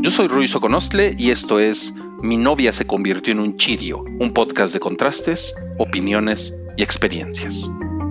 Yo soy Ruiz Oconostle y esto es Mi novia se convirtió en un chirio, un podcast de contrastes, opiniones y experiencias.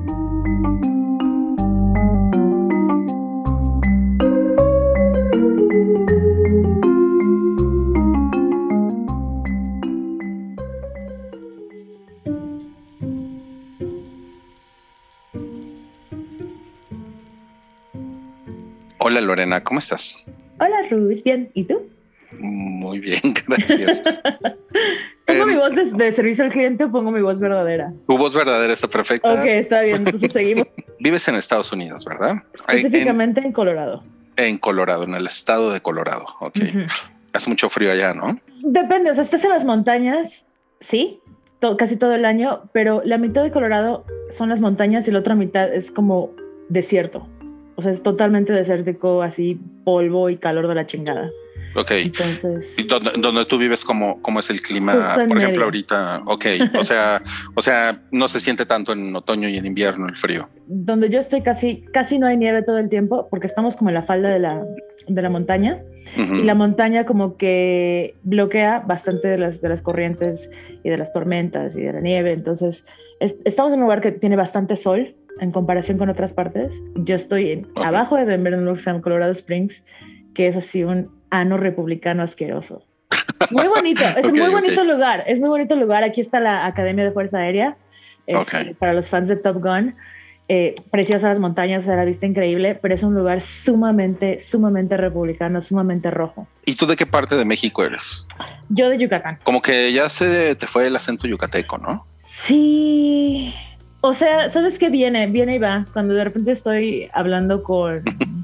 Hola Lorena, ¿cómo estás? Hola Ruiz, bien, ¿y tú? Muy bien, gracias. ¿Pongo mi voz de servicio al cliente o pongo mi voz verdadera? Tu voz verdadera está perfecta. Ok, está bien, entonces seguimos. Vives en Estados Unidos, ¿verdad? Específicamente en Colorado. En Colorado, en el estado de Colorado. Ok. Hace mucho frío allá, ¿no? Depende, o sea, estás en las montañas, sí, casi todo el año, pero la mitad de Colorado son las montañas y la otra mitad es como desierto. O sea, es totalmente desértico, así polvo y calor de la chingada. Ok. Entonces, ¿Y donde tú vives, cómo es el clima? Justo en Por ejemplo, medio. ahorita, ok. O sea, no se siente tanto en otoño y en invierno el frío. donde yo estoy casi no hay nieve todo el tiempo porque estamos como en la falda de la montaña. Uh-huh. Y la montaña como que bloquea bastante de las corrientes y de las tormentas y de la nieve. Entonces, estamos en un lugar que tiene bastante sol en comparación con otras partes. Yo estoy abajo de Denver, en un lugar que se llama Colorado Springs, que es así un ano republicano asqueroso. Muy bonito, es un muy bonito lugar. Es muy bonito lugar. Aquí está la Academia de Fuerza Aérea. Para los fans de Top Gun. Preciosas las montañas, la vista increíble, pero es un lugar sumamente republicano, sumamente rojo. ¿Y tú de qué parte de México eres? Yo de Yucatán. Como que ya se te fue el acento yucateco, ¿no? Sí. O sea, ¿sabes qué? Viene y va. Cuando de repente estoy hablando con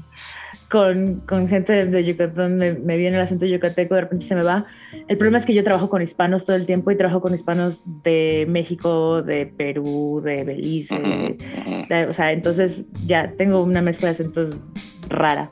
gente de Yucatán, me viene el acento yucateco, de repente se me va. El problema es que yo trabajo con hispanos todo el tiempo y trabajo con hispanos de México, de Perú, de Belice. O sea, entonces ya tengo una mezcla de acentos rara.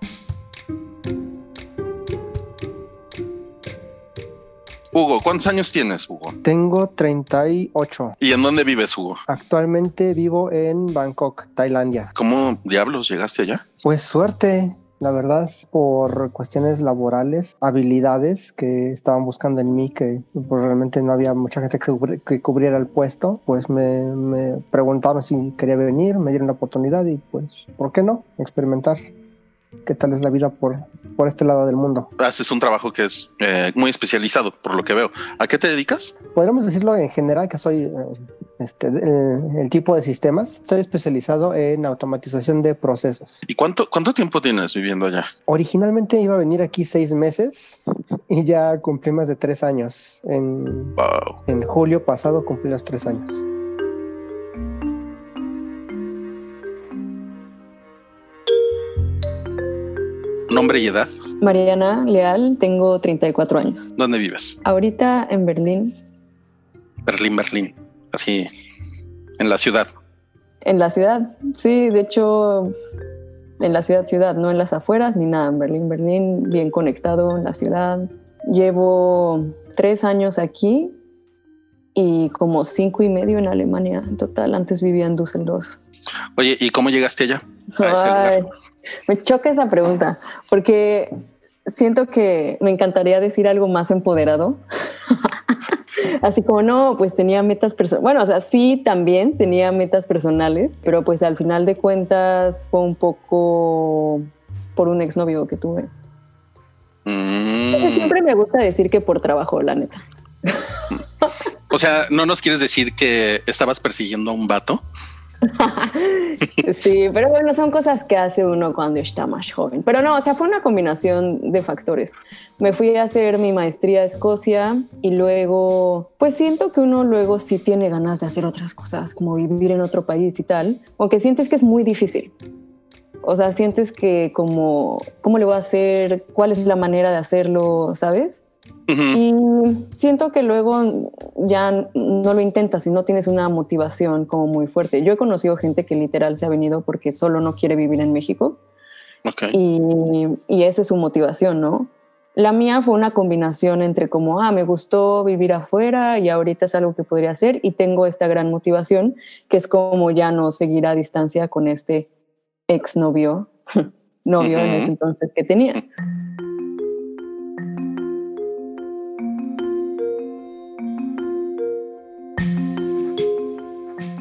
Hugo, ¿cuántos años tienes, Hugo? Tengo 38. ¿Y en dónde vives, Hugo? Actualmente vivo en Bangkok, Tailandia. ¿Cómo diablos llegaste allá? Pues suerte, la verdad, por cuestiones laborales, habilidades que estaban buscando en mí, que pues, realmente no había mucha gente que cubriera el puesto. Pues me preguntaron si quería venir, me dieron la oportunidad y pues, ¿por qué no? Experimentar. ¿Qué tal es la vida por este lado del mundo? Haces un trabajo que es muy especializado, por lo que veo. ¿A qué te dedicas? Podríamos decirlo en general que soy el tipo de sistemas. Estoy especializado en automatización de procesos. ¿Y cuánto tiempo tienes viviendo allá? Originalmente iba a venir aquí 6 meses y ya cumplí más de 3 años. En julio pasado cumplí los 3 años. ¿Nombre y edad? Mariana Leal, tengo 34 años. ¿Dónde vives? Ahorita en Berlín. Berlín. Así, en la ciudad. En la ciudad, sí, de hecho, en la ciudad, no en las afueras ni nada. En Berlín, bien conectado en la ciudad. Llevo 3 años aquí y como 5 y medio en Alemania en total. Antes vivía en Düsseldorf. Oye, ¿y cómo llegaste allá? Ay, me choca esa pregunta porque siento que me encantaría decir algo más empoderado. Así como no, pues tenía metas personales. Bueno, o sea, sí, también tenía metas personales, pero pues al final de cuentas fue un poco por un exnovio que tuve. Siempre me gusta decir que por trabajo, la neta. O sea, ¿no nos quieres decir que estabas persiguiendo a un vato? Sí, pero bueno, son cosas que hace uno cuando está más joven. Pero no, o sea, fue una combinación de factores. Me fui a hacer mi maestría a Escocia y luego, pues siento que uno luego sí tiene ganas de hacer otras cosas, como vivir en otro país y tal, aunque sientes que es muy difícil. O sea, sientes que como, ¿cómo le voy a hacer? ¿Cuál es la manera de hacerlo? ¿Sabes? Uh-huh. Y siento que luego ya no lo intentas y no tienes una motivación como muy fuerte. Yo he conocido gente que literal se ha venido porque solo no quiere vivir en México. Okay. Y esa es su motivación, ¿no? La mía fue una combinación entre como, me gustó vivir afuera y ahorita es algo que podría hacer y tengo esta gran motivación que es como ya no seguir a distancia con este exnovio, novio uh-huh. en ese entonces que tenía.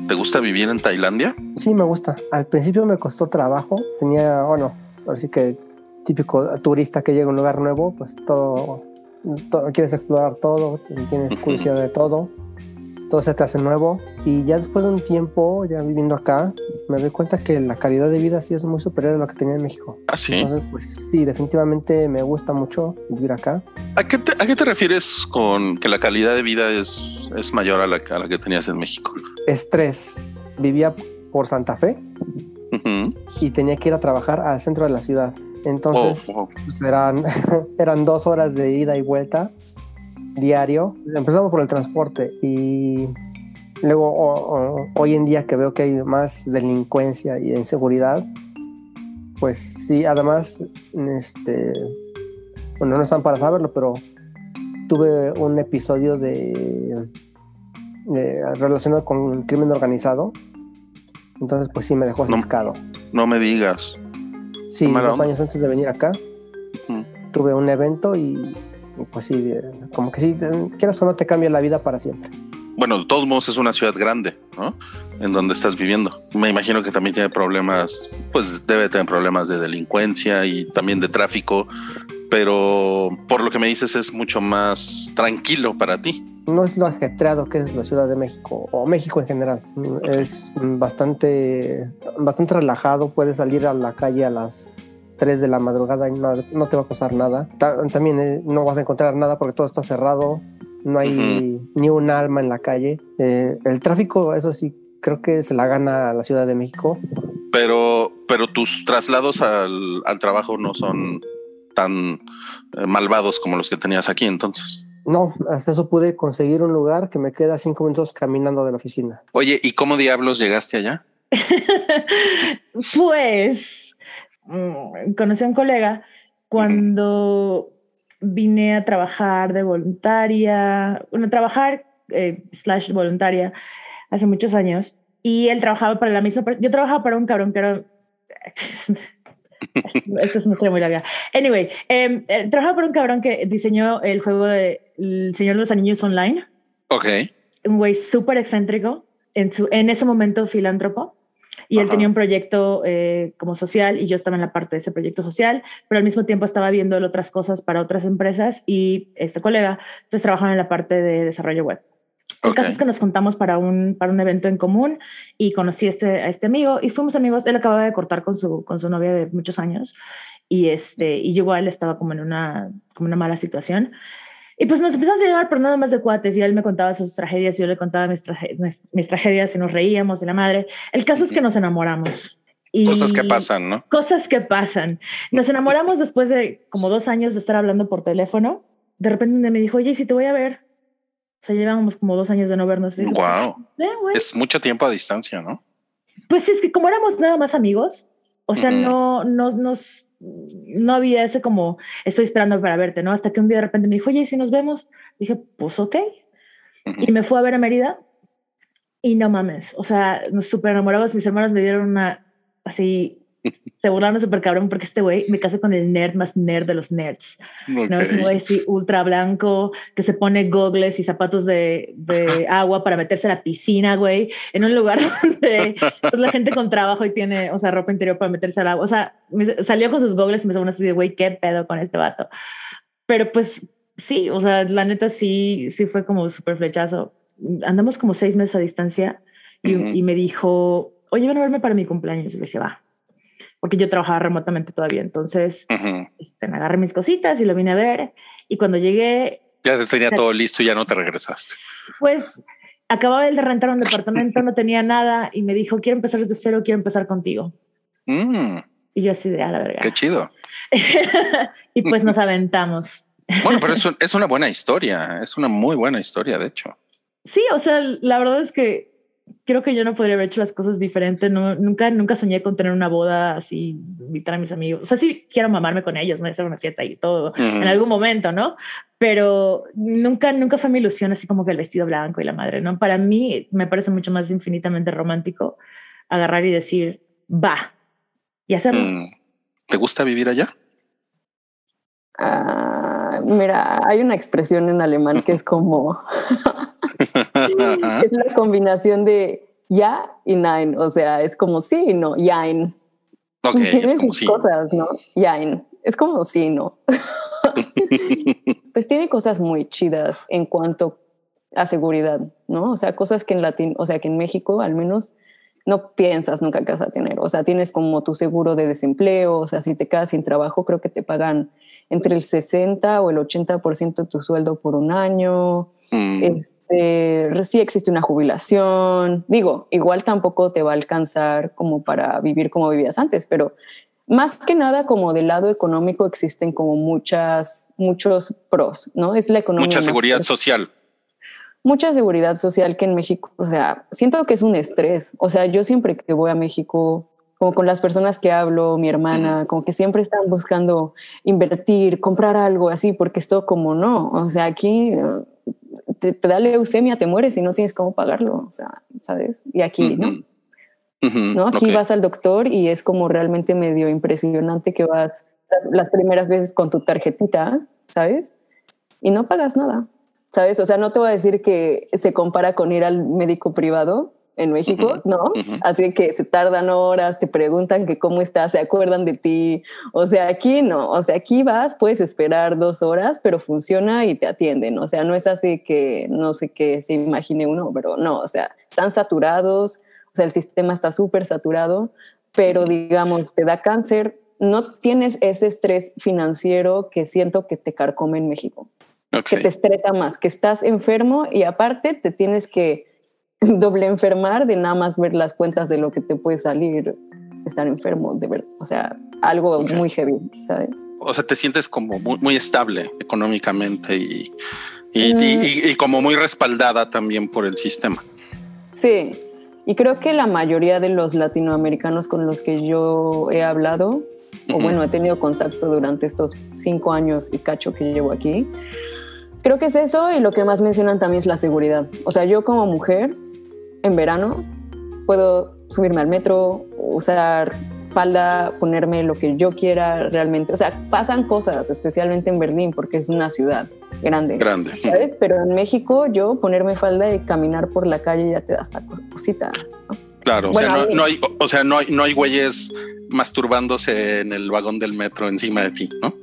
¿Te gusta vivir en Tailandia? Sí, me gusta. Al principio me costó trabajo. Tenía, bueno, así que típico turista que llega a un lugar nuevo, pues todo quieres explorar todo, tienes curiosidad de todo se te hace nuevo. Y ya después de un tiempo, ya viviendo acá, me doy cuenta que la calidad de vida sí es muy superior a lo que tenía en México. ¿Ah, sí? Entonces, pues sí, definitivamente me gusta mucho vivir acá. ¿A qué te refieres con que la calidad de vida es mayor a la que tenías en México? Estrés. Vivía por Santa Fe y tenía que ir a trabajar al centro de la ciudad. Entonces, pues eran 2 horas de ida y vuelta diario. Empezamos por el transporte y luego hoy en día que veo que hay más delincuencia y inseguridad, pues sí, además, bueno, no están para saberlo, pero tuve un episodio relacionado con el crimen organizado. Entonces, pues sí, me dejó ciscado. No me digas. Sí, 2 años antes de venir acá, tuve un evento y pues sí, como que sí, quieras o no, te cambia la vida para siempre. Bueno, de todos modos es una ciudad grande, ¿no? En donde estás viviendo. Me imagino que también tiene problemas, pues debe tener problemas de delincuencia y también de tráfico, pero por lo que me dices es mucho más tranquilo para ti. No es lo ajetreado que es la Ciudad de México o México en general. Okay. Es bastante relajado. Puedes salir a la calle a las 3 de la madrugada y no te va a pasar nada. También no vas a encontrar nada porque todo está cerrado. No hay ni un alma en la calle. El tráfico, eso sí, creo que se la gana a la Ciudad de México. Pero tus traslados al trabajo no son tan malvados como los que tenías aquí, entonces. No, hasta eso pude conseguir un lugar que me queda 5 minutos caminando de la oficina. Oye, ¿y cómo diablos llegaste allá? Pues conocí a un colega cuando vine a trabajar de voluntaria, / voluntaria hace muchos años, y él trabajaba para la misma, yo trabajaba para un cabrón que era esto es una historia muy larga. Anyway, trabajaba para un cabrón que diseñó el juego de El Señor de los Anillos online. Ok. Un güey súper excéntrico, en ese momento filántropo. Y él tenía un proyecto como social y yo estaba en la parte de ese proyecto social, pero al mismo tiempo estaba viendo otras cosas para otras empresas y este colega pues trabajaba en la parte de desarrollo web. El caso es que nos juntamos para un evento en común y conocí a este amigo y fuimos amigos. Él acababa de cortar con su novia de muchos años y yo igual estaba como en una mala situación. Y pues nos empezamos a llevar, pero nada más de cuates, y él me contaba sus tragedias, y yo le contaba mis tragedias y nos reíamos de la madre. El caso es que nos enamoramos. Y cosas que pasan, ¿no? Cosas que pasan. Nos enamoramos después de como 2 años de estar hablando por teléfono. De repente me dijo, oye, si te voy a ver. O sea, llevábamos como 2 años de no vernos. Digo, wow. Es mucho tiempo a distancia, ¿no? Pues es que como éramos nada más amigos, o sea, no había ese como estoy esperando para verte, ¿no? Hasta que un día de repente me dijo, oye, si nos vemos, dije, pues ok. Y me fue a ver a Mérida y no mames, o sea, nos súper enamoramos. Mis hermanos me dieron así, se burlaron súper cabrón porque este güey me casé con el nerd más nerd de los nerds. Okay. ¿No? Es un güey así ultra blanco que se pone gogles y zapatos de agua para meterse a la piscina, güey, en un lugar donde pues, la gente con trabajo y tiene, o sea, ropa interior para meterse al agua. O sea, salió con sus gogles y me salió así de, güey, qué pedo con este vato. Pero pues sí, o sea, la neta sí fue como súper flechazo. Andamos como 6 meses a distancia y me dijo, oye, ven a verme para mi cumpleaños. Y le dije, va. Porque yo trabajaba remotamente todavía. Entonces me agarré mis cositas y lo vine a ver. Y cuando llegué... Ya te tenía todo listo y ya no te regresaste. Pues acababa de rentar un departamento, no tenía nada. Y me dijo, quiero empezar desde cero, quiero empezar contigo. Y yo así de, a la verga. Qué chido. Y pues nos aventamos. Bueno, pero es una buena historia. Es una muy buena historia, de hecho. Sí, o sea, la verdad es que creo que yo no podría haber hecho las cosas diferente. Nunca soñé con tener una boda así, invitar a mis amigos. O sea, sí quiero mamarme con ellos, ¿no? Hacer una fiesta y todo en algún momento, ¿no? Pero nunca fue mi ilusión así como que el vestido blanco y la madre, ¿no? Para mí me parece mucho más infinitamente romántico agarrar y decir, va, y hacerlo. ¿Te gusta vivir allá? Mira, hay una expresión en alemán que es como... es la combinación de ya y nein, o sea, es como sí y no, yain. Ok, Tiene es como sus sí. cosas, ¿no? Yain, es como sí, no. Pues tiene cosas muy chidas en cuanto a seguridad, ¿no? O sea, cosas que o sea, que en México al menos no piensas nunca que vas a tener. O sea, tienes como tu seguro de desempleo, o sea, si te quedas sin trabajo, creo que te pagan entre el 60 o el 80% de tu sueldo por un año. Sí existe una jubilación. Digo, igual tampoco te va a alcanzar como para vivir como vivías antes, pero más que nada como del lado económico existen como muchos pros, ¿no? Es la economía Mucha más seguridad fuerte. social. Mucha seguridad social que en México, o sea, siento que es un estrés. O sea, yo siempre que voy a México, como con las personas que hablo, mi hermana, como que siempre están buscando invertir, comprar algo así, porque esto como no, o sea, aquí te da leucemia, te mueres y no tienes cómo pagarlo, o sea, ¿sabes? Y aquí, ¿no? ¿No? Aquí vas al doctor y es como realmente medio impresionante que vas las primeras veces con tu tarjetita, ¿sabes? Y no pagas nada, ¿sabes? O sea, no te voy a decir que se compara con ir al médico privado en México, ¿no? Así que se tardan horas, te preguntan que cómo estás, se acuerdan de ti. O sea, aquí no, o sea, aquí vas, puedes esperar 2 horas, pero funciona y te atienden. O sea, no es así que no sé qué se imagine uno, pero no, o sea, están saturados, o sea, el sistema está súper saturado, pero digamos, te da cáncer, no tienes ese estrés financiero que siento que te carcome en México. Que te estresa más, que estás enfermo y aparte te tienes que doble enfermar de nada más ver las cuentas de lo que te puede salir estar enfermo, de verdad. O sea, algo muy heavy, ¿sabes? O sea, te sientes como muy estable económicamente y como muy respaldada también por el sistema. Sí, y creo que la mayoría de los latinoamericanos con los que yo he hablado, o bueno, he tenido contacto durante estos 5 años y cacho que llevo aquí, creo que es eso, y lo que más mencionan también es la seguridad. O sea, yo como mujer, en verano, puedo subirme al metro, usar falda, ponerme lo que yo quiera realmente. O sea, pasan cosas, especialmente en Berlín, porque es una ciudad grande. ¿Sabes? Pero en México, yo ponerme falda y caminar por la calle ya te da hasta cosita, ¿no? Claro, bueno, o sea, no hay güeyes masturbándose en el vagón del metro encima de ti, ¿no?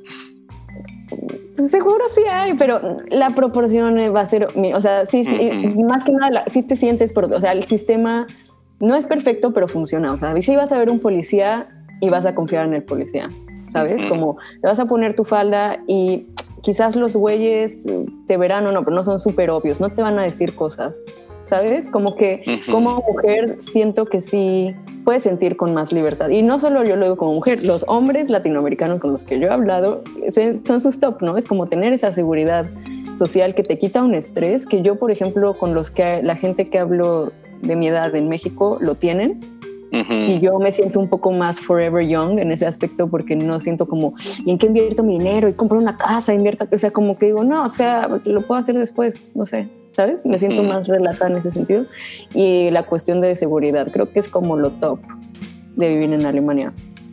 Seguro sí hay, pero la proporción va a ser, o sea, sí, más que nada, sí te sientes, o sea, el sistema no es perfecto, pero funciona. O sea, si vas a ver un policía y vas a confiar en el policía, ¿sabes? Como te vas a poner tu falda y quizás los güeyes de verano no, pero no son súper obvios, no te van a decir cosas, ¿sabes? Como que como mujer siento que sí puedes sentir con más libertad. Y no solo yo lo digo como mujer, los hombres latinoamericanos con los que yo he hablado son sus top, ¿no? Es como tener esa seguridad social que te quita un estrés que yo, por ejemplo, con la gente que hablo de mi edad en México lo tienen. Y yo me siento un poco más forever young en ese aspecto porque no siento como ¿y en qué invierto mi dinero? Y compro una casa, invierto, o sea, como que digo, no, o sea, pues lo puedo hacer después, no sé, ¿sabes? Me siento más relajada en ese sentido. Y la cuestión de seguridad, creo que es como lo top de vivir en Alemania.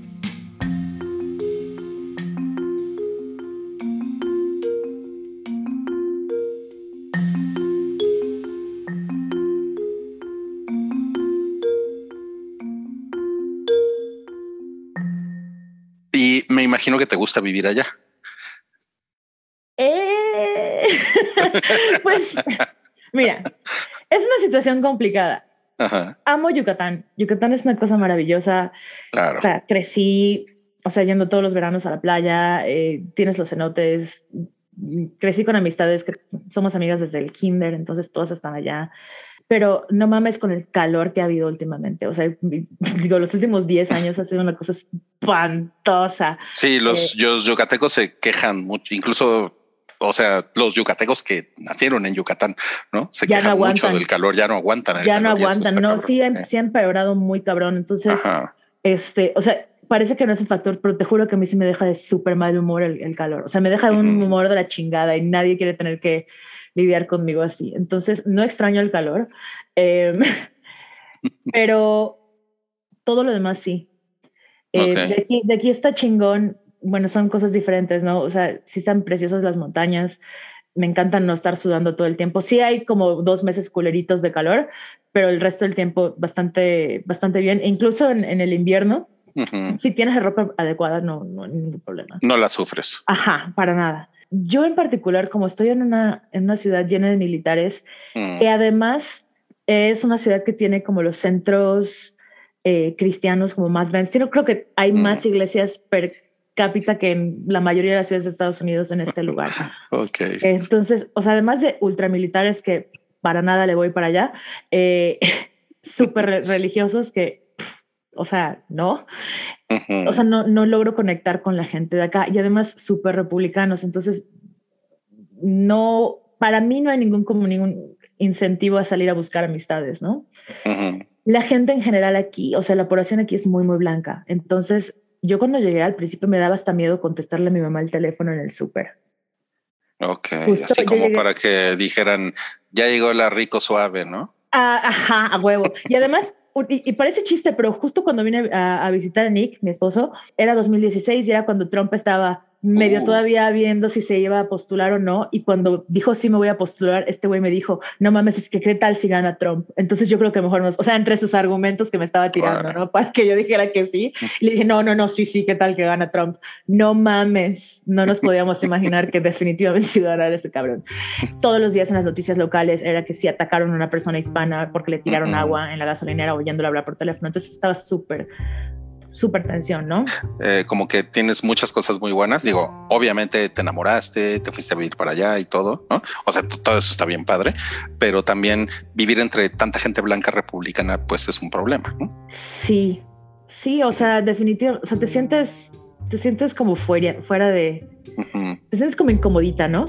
Y me imagino que te gusta vivir allá. Pues, mira, es una situación complicada. Amo Yucatán. Yucatán es una cosa maravillosa. Claro. O sea, crecí, o sea, yendo todos los veranos a la playa, tienes los cenotes, crecí con amistades que somos amigas desde el kinder, entonces todas están allá. Pero no mames con el calor que ha habido últimamente. O sea, digo, los últimos 10 años ha sido una cosa espantosa. Sí, los yucatecos se quejan mucho, incluso, o sea, los yucatecos que nacieron en Yucatán, ¿no? Se ya quejan no mucho del calor, ya no aguantan el calor. Ya no aguantan, no, sí han empeorado muy cabrón. Entonces, o sea, parece que no es un factor, pero te juro que a mí sí me deja de súper mal humor el calor. O sea, me deja de un humor de la chingada y nadie quiere tener que lidiar conmigo así. Entonces, no extraño el calor, pero todo lo demás sí. De aquí está chingón. Bueno, son cosas diferentes, ¿no? O sea, sí están preciosas las montañas. me encanta no estar sudando todo el tiempo. Sí hay como 2 meses culeritos de calor, pero el resto del tiempo bastante bien. E incluso en el invierno, si tienes la ropa adecuada, no hay ningún problema. No la sufres. Ajá, para nada. Yo en particular, como estoy en una ciudad llena de militares, y además es una ciudad que tiene como los centros cristianos como más grandes. Creo que hay más iglesias per cápita que en la mayoría de las ciudades de Estados Unidos en este lugar. Okay. Entonces, o sea, además de ultramilitares que para nada le voy para allá, súper religiosos que, o sea, no. O sea, no logro conectar con la gente de acá y además súper republicanos. Entonces, no, para mí no hay ningún incentivo a salir a buscar amistades, ¿no? La gente en general aquí, o sea, la población aquí es muy, muy blanca. Entonces, yo cuando llegué al principio me daba hasta miedo contestarle a mi mamá el teléfono en el súper. Ok, justo así como llegué, para que dijeran, ya llegó la rico suave, ¿no? Ajá, a huevo. Y además, y parece chiste, pero justo cuando vine a visitar a Nick, mi esposo, era 2016 y era cuando Trump estaba medio todavía viendo si se iba a postular o no. Y cuando dijo sí me voy a postular, este güey me dijo, no mames, es que qué tal si gana Trump. Entonces yo creo que mejor o sea, entre sus argumentos que me estaba tirando, ¿no? Para que yo dijera que sí. Y le dije, no, sí, qué tal que gana Trump. No mames, no nos podíamos imaginar que definitivamente iba a ganar ese cabrón. Todos los días en las noticias locales era que sí atacaron a una persona hispana porque le tiraron agua en la gasolinera oyéndola hablar por teléfono. Entonces estaba súper tensión, ¿no? Como que tienes muchas cosas muy buenas. Digo, obviamente te enamoraste, te fuiste a vivir para allá y todo, ¿no? O sea, todo eso está bien padre, pero también vivir entre tanta gente blanca republicana, pues es un problema, ¿no? Sí, o sea, definitivamente, o sea, te sientes como fuera de, te sientes como incomodita, ¿no?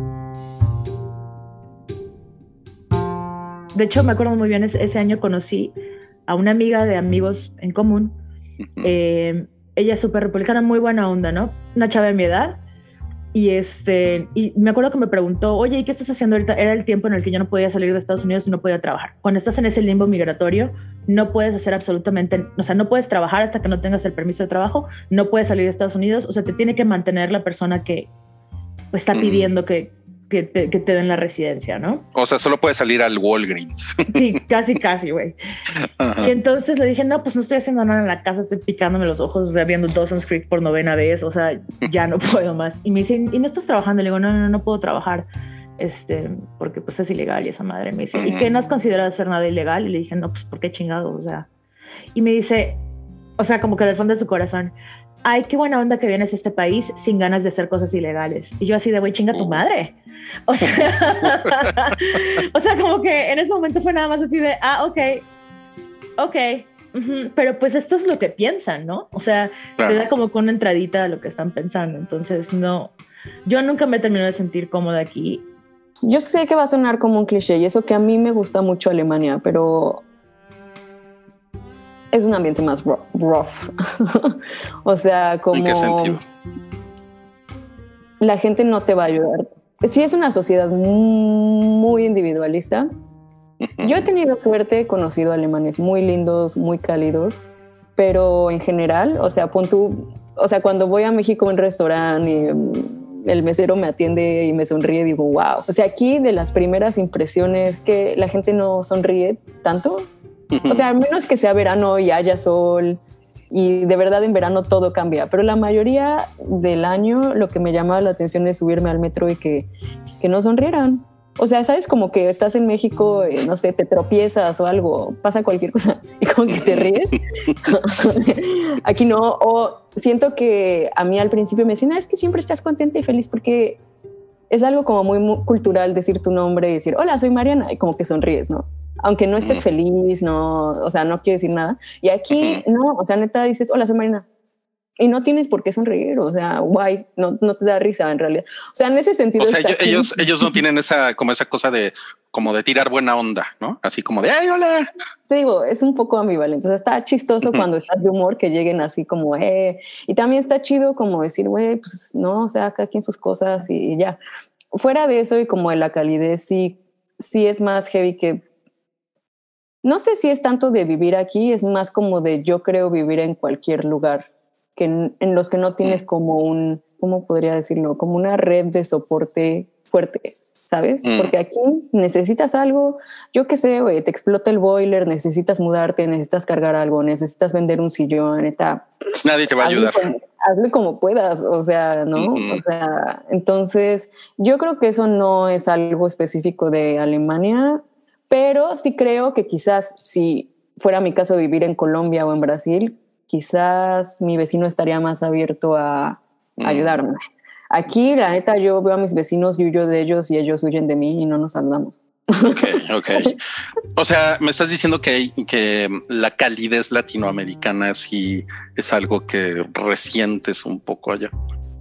De hecho, me acuerdo muy bien, ese año conocí a una amiga de amigos en común. Ella es súper republicana, muy buena onda, ¿no? Una chava de mi edad. Y me acuerdo que me preguntó, oye, ¿y qué estás haciendo ahorita? Era el tiempo en el que yo no podía salir de Estados Unidos y no podía trabajar. Cuando estás en ese limbo migratorio, no puedes hacer absolutamente, o sea, no puedes trabajar hasta que no tengas el permiso de trabajo, no puedes salir de Estados Unidos, o sea, te tiene que mantener la persona que está pidiendo que te den la residencia, ¿no? O sea, solo puedes salir al Walgreens. Sí, casi, güey. Y entonces le dije, no, pues no estoy haciendo nada en la casa, estoy picándome los ojos, o sea, viendo Dawson's Creek por 9ª vez, o sea, ya no puedo más. Y me dice, ¿y no estás trabajando? Le digo, no puedo trabajar, porque pues es ilegal y esa madre. Me dice, ¿y qué no has considerado hacer nada ilegal? Y le dije, no, pues ¿por qué chingado? O sea, y me dice, o sea, como que del fondo de su corazón, ay, qué buena onda que vienes a este país sin ganas de hacer cosas ilegales. Y yo así de, güey, chinga tu madre. O sea, o sea, como que en ese momento fue nada más así de, ok, pero pues esto es lo que piensan, ¿no? O sea, claro, te da como con una entradita a lo que están pensando. Entonces, no, yo nunca me he terminado de sentir cómoda aquí. Yo sé que va a sonar como un cliché y eso que a mí me gusta mucho Alemania, pero es un ambiente más rough. O sea, como... ¿En qué sentido? La gente no te va a ayudar. Sí, es una sociedad muy individualista. Yo he tenido suerte, he conocido alemanes muy lindos, muy cálidos, pero en general, o sea, cuando voy a México a un restaurante y el mesero me atiende y me sonríe, digo, wow. O sea, aquí de las primeras impresiones que la gente no sonríe tanto. O sea, a menos que sea verano y haya sol, y de verdad en verano todo cambia, pero la mayoría del año lo que me llamaba la atención es subirme al metro y que no sonrieran. O sea, ¿sabes? Como que estás en México, no sé, te tropiezas o algo, pasa cualquier cosa y como que te ríes. Aquí no, o siento que a mí al principio me decían, es que siempre estás contenta y feliz porque es algo como muy cultural decir tu nombre y decir, hola, soy Mariana, y como que sonríes, ¿no? Aunque no estés feliz, no, o sea, no quiero decir nada. Y aquí, no, o sea, neta dices, hola, soy Mariana. Y no tienes por qué sonreír, o sea, guay, no te da risa en realidad. O sea, en ese sentido. O sea, ellos no tienen esa cosa de como de tirar buena onda, ¿no? Así como de, ¡ay, hola! Te digo, es un poco ambivalente. O sea, está chistoso cuando estás de humor que lleguen así como, Y también está chido como decir, güey, pues no, o sea, cada quien sus cosas y ya. Fuera de eso y como de la calidez, sí es más heavy que... No sé si es tanto de vivir aquí, es más como de yo creo vivir en cualquier lugar que en los que no tienes como ¿cómo podría decirlo? Como una red de soporte fuerte, ¿sabes? Porque aquí necesitas algo, yo qué sé, güey, te explota el boiler, necesitas mudarte, necesitas cargar algo, necesitas vender un sillón, neta. Nadie te va a ayudar. Hazle como puedas, o sea, ¿no? O sea, entonces yo creo que eso no es algo específico de Alemania, pero sí creo que quizás si fuera mi caso vivir en Colombia o en Brasil, quizás mi vecino estaría más abierto a ayudarme. Aquí, la neta, yo veo a mis vecinos y huyo de ellos y ellos huyen de mí y no nos saludamos. Ok. O sea, me estás diciendo que la calidez latinoamericana sí es algo que resientes un poco allá.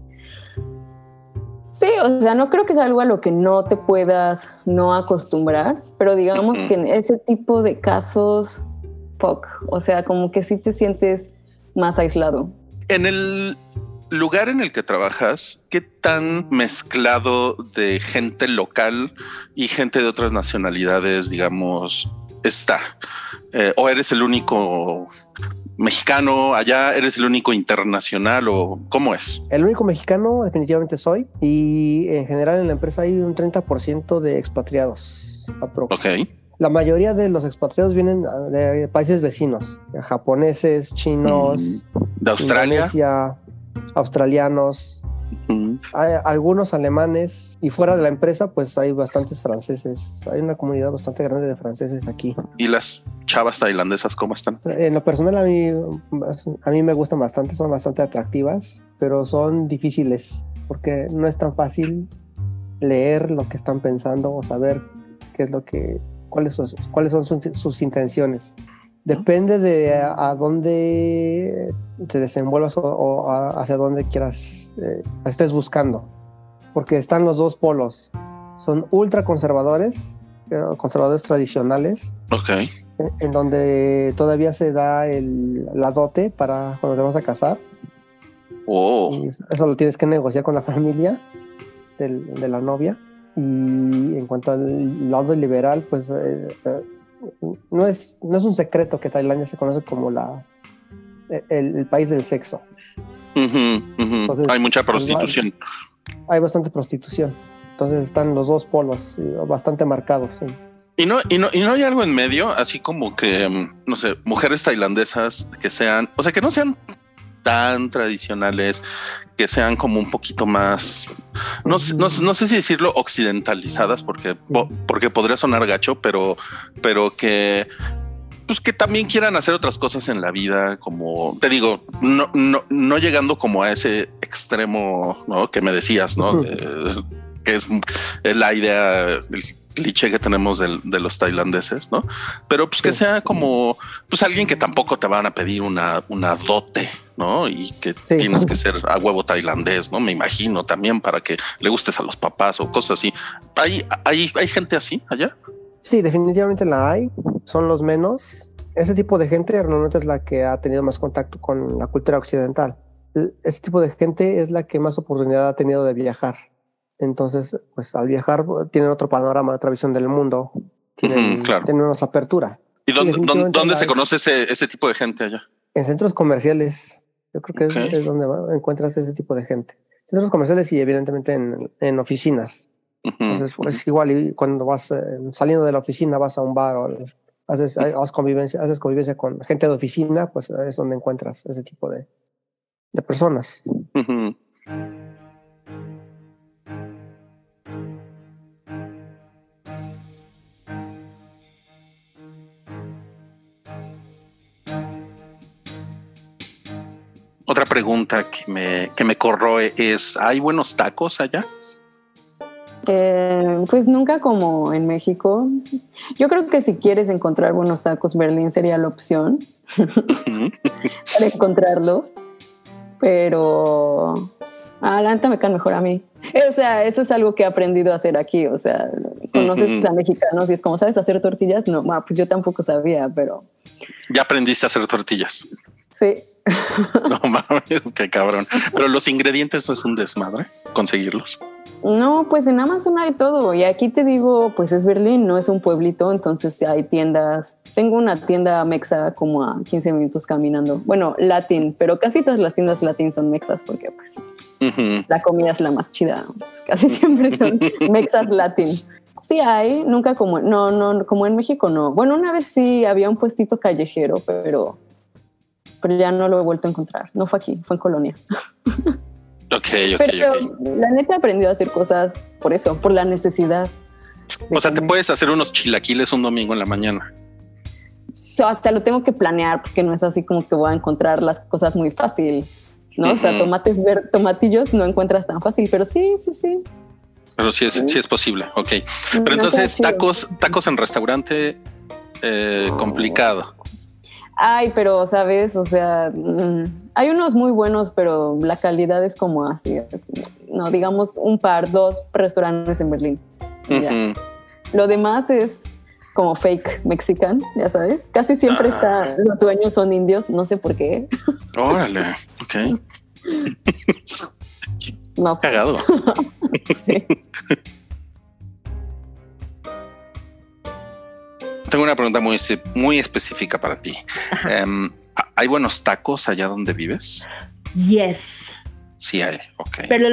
Sí, o sea, no creo que sea algo a lo que no te puedas no acostumbrar, pero digamos que en ese tipo de casos, o sea, como que sí te sientes más aislado. En el lugar en el que trabajas, ¿qué tan mezclado de gente local y gente de otras nacionalidades, digamos, está? ¿O eres el único mexicano allá? ¿Eres el único internacional o cómo es? El único mexicano definitivamente soy, y en general en la empresa hay un 30% de expatriados. Ok. La mayoría de los expatriados vienen de países vecinos, japoneses, chinos, de Australia, Indonesia, australianos, hay algunos alemanes, y fuera de la empresa pues hay bastantes franceses. Hay una comunidad bastante grande de franceses aquí. ¿Y las chavas tailandesas cómo están? En lo personal a mí me gustan bastante, son bastante atractivas, pero son difíciles porque no es tan fácil leer lo que están pensando o saber qué es lo que, cuáles son sus intenciones. Depende de a dónde te desenvuelvas o hacia dónde quieras, estés buscando, porque están los dos polos. Son ultra conservadores, conservadores tradicionales, okay, en donde todavía se da la dote para cuando te vas a casar. Y eso lo tienes que negociar con la familia de la novia. Y en cuanto al lado liberal, pues no es un secreto que Tailandia se conoce como el país del sexo. Entonces, hay mucha prostitución. Hay bastante prostitución. Entonces están los dos polos bastante marcados. Sí. ¿Y no hay algo en medio? Así como que, no sé, mujeres tailandesas que sean, o sea, que no sean tan tradicionales, que sean como un poquito más, no sé si decirlo occidentalizadas, porque podría sonar gacho, pero que pues que también quieran hacer otras cosas en la vida, como te digo, no llegando como a ese extremo, ¿no? Que me decías, ¿no? Que es la idea, el cliché que tenemos de los tailandeses, ¿no? Pero pues que sea como pues alguien que tampoco te van a pedir una dote, ¿no? Y que tienes que ser a huevo tailandés, ¿no? Me imagino también para que le gustes a los papás o cosas así. ¿Hay gente así allá? Sí, definitivamente la hay. Son los menos. Ese tipo de gente normalmente es la que ha tenido más contacto con la cultura occidental. Ese tipo de gente es la que más oportunidad ha tenido de viajar. Entonces, pues al viajar tienen otro panorama, otra visión del mundo, tienen una apertura. ¿Y dónde se conoce ese tipo de gente allá? En centros comerciales. Yo creo que es donde encuentras ese tipo de gente. Centros comerciales y evidentemente en oficinas. Entonces, pues igual y cuando vas saliendo de la oficina, vas a un bar o haces convivencia con gente de oficina, pues es donde encuentras ese tipo de personas. Otra pregunta que me corroe es, ¿hay buenos tacos allá? Pues nunca como en México. Yo creo que si quieres encontrar buenos tacos, Berlín sería la opción para encontrarlos. Pero la neta me caen mejor a mí. O sea, eso es algo que he aprendido a hacer aquí. O sea, conoces a mexicanos y es como, ¿sabes hacer tortillas? No, pues yo tampoco sabía, pero... Ya aprendiste a hacer tortillas. Sí. No mames, qué cabrón. Pero los ingredientes no es un desmadre conseguirlos. No, pues en Amazon hay todo. Y aquí te digo, pues es Berlín, no es un pueblito, entonces hay tiendas. Tengo una tienda mexa como a 15 minutos caminando. Bueno, latín, pero casi todas las tiendas latín son mexas porque pues La comida es la más chida. Casi siempre son mexas latin. Sí hay, nunca como, no, como en México no. Bueno, una vez sí había un puestito callejero, pero ya no lo he vuelto a encontrar. No fue aquí, fue en Colonia. Pero la neta aprendió a hacer cosas por eso, por la necesidad. O sea, te puedes hacer unos chilaquiles un domingo en la mañana. Hasta lo tengo que planear porque no es así como que voy a encontrar las cosas muy fácil, ¿no? O sea, tomatillos no encuentras tan fácil, pero sí. Pero sí es posible, ok. Pero entonces tacos en restaurante complicado. Ay, pero sabes, o sea, hay unos muy buenos, pero la calidad es como así. No, digamos dos restaurantes en Berlín. Lo demás es como fake mexican, ya sabes. Casi siempre los dueños son indios, no sé por qué. Órale, ok. No sé. Cagado. Sí. Tengo una pregunta muy específica para ti. ¿Hay buenos tacos allá donde vives? Yes. Sí hay, ok. Pero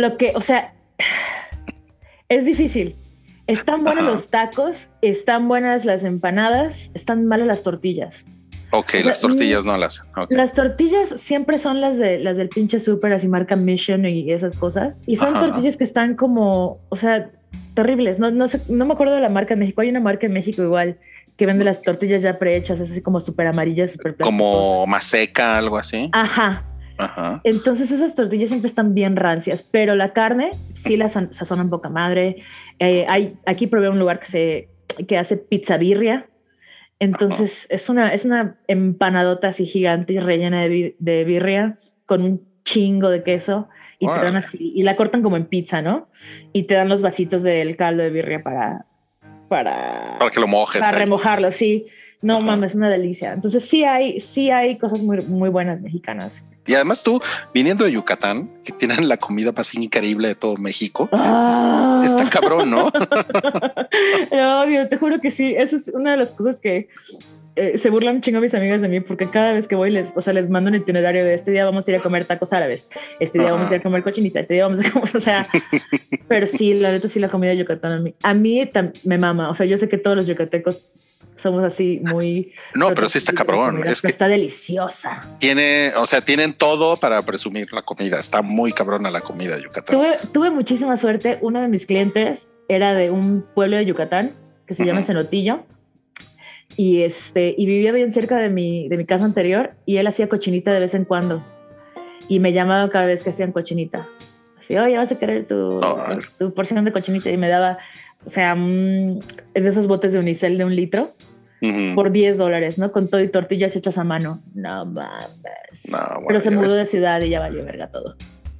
es difícil. Están buenos los tacos, están buenas las empanadas, están malas las tortillas. Ok, las tortillas no las hacen. Okay. Las tortillas siempre son las del pinche súper, así marca Mission y esas cosas. Y son tortillas que están como, o sea, terribles. No sé, no me acuerdo de la marca en México. Hay una marca en México igual que vende las tortillas ya prehechas, así como súper amarillas, súper plásticas. Como maseca, algo así. Ajá. Entonces esas tortillas siempre están bien rancias, pero la carne sí la sazonan poca madre. Aquí probé un lugar que hace pizza birria. Entonces es una empanadota así gigante y rellena de birria con un chingo de queso y te dan así, y la cortan como en pizza, ¿no? Y te dan los vasitos del caldo de birria para que lo mojes. Para remojarlo, sí. No mames, es una delicia. Entonces sí hay cosas muy, muy buenas mexicanas. Y además tú, viniendo de Yucatán, que tienen la comida más increíble de todo México, está cabrón, ¿no? No, Dios, te juro que sí. Eso es una de las cosas que se burlan un chingo mis amigas de mí, porque cada vez que voy les mando un itinerario de este día vamos a ir a comer tacos árabes, este día vamos a ir a comer cochinita, este día vamos a comer, o sea, pero sí, la neta sí, la comida de Yucatán a mí me mama. O sea, yo sé que todos los yucatecos somos así muy... No, pero sí está cabrón. Es que está deliciosa. Tienen todo para presumir la comida. Está muy cabrona la comida de Yucatán. Tuve muchísima suerte. Uno de mis clientes era de un pueblo de Yucatán que se llama Cenotillo. Y vivía bien cerca de mi casa anterior, y él hacía cochinita de vez en cuando. Y me llamaba cada vez que hacían cochinita. Así, oye, vas a querer tu porción de cochinita. Y me daba, o sea, de esos botes de unicel de 1 litro. Por $10, ¿no? Con todo y tortillas hechas a mano. No mames. Pero se mudó de ciudad y ya valió verga todo.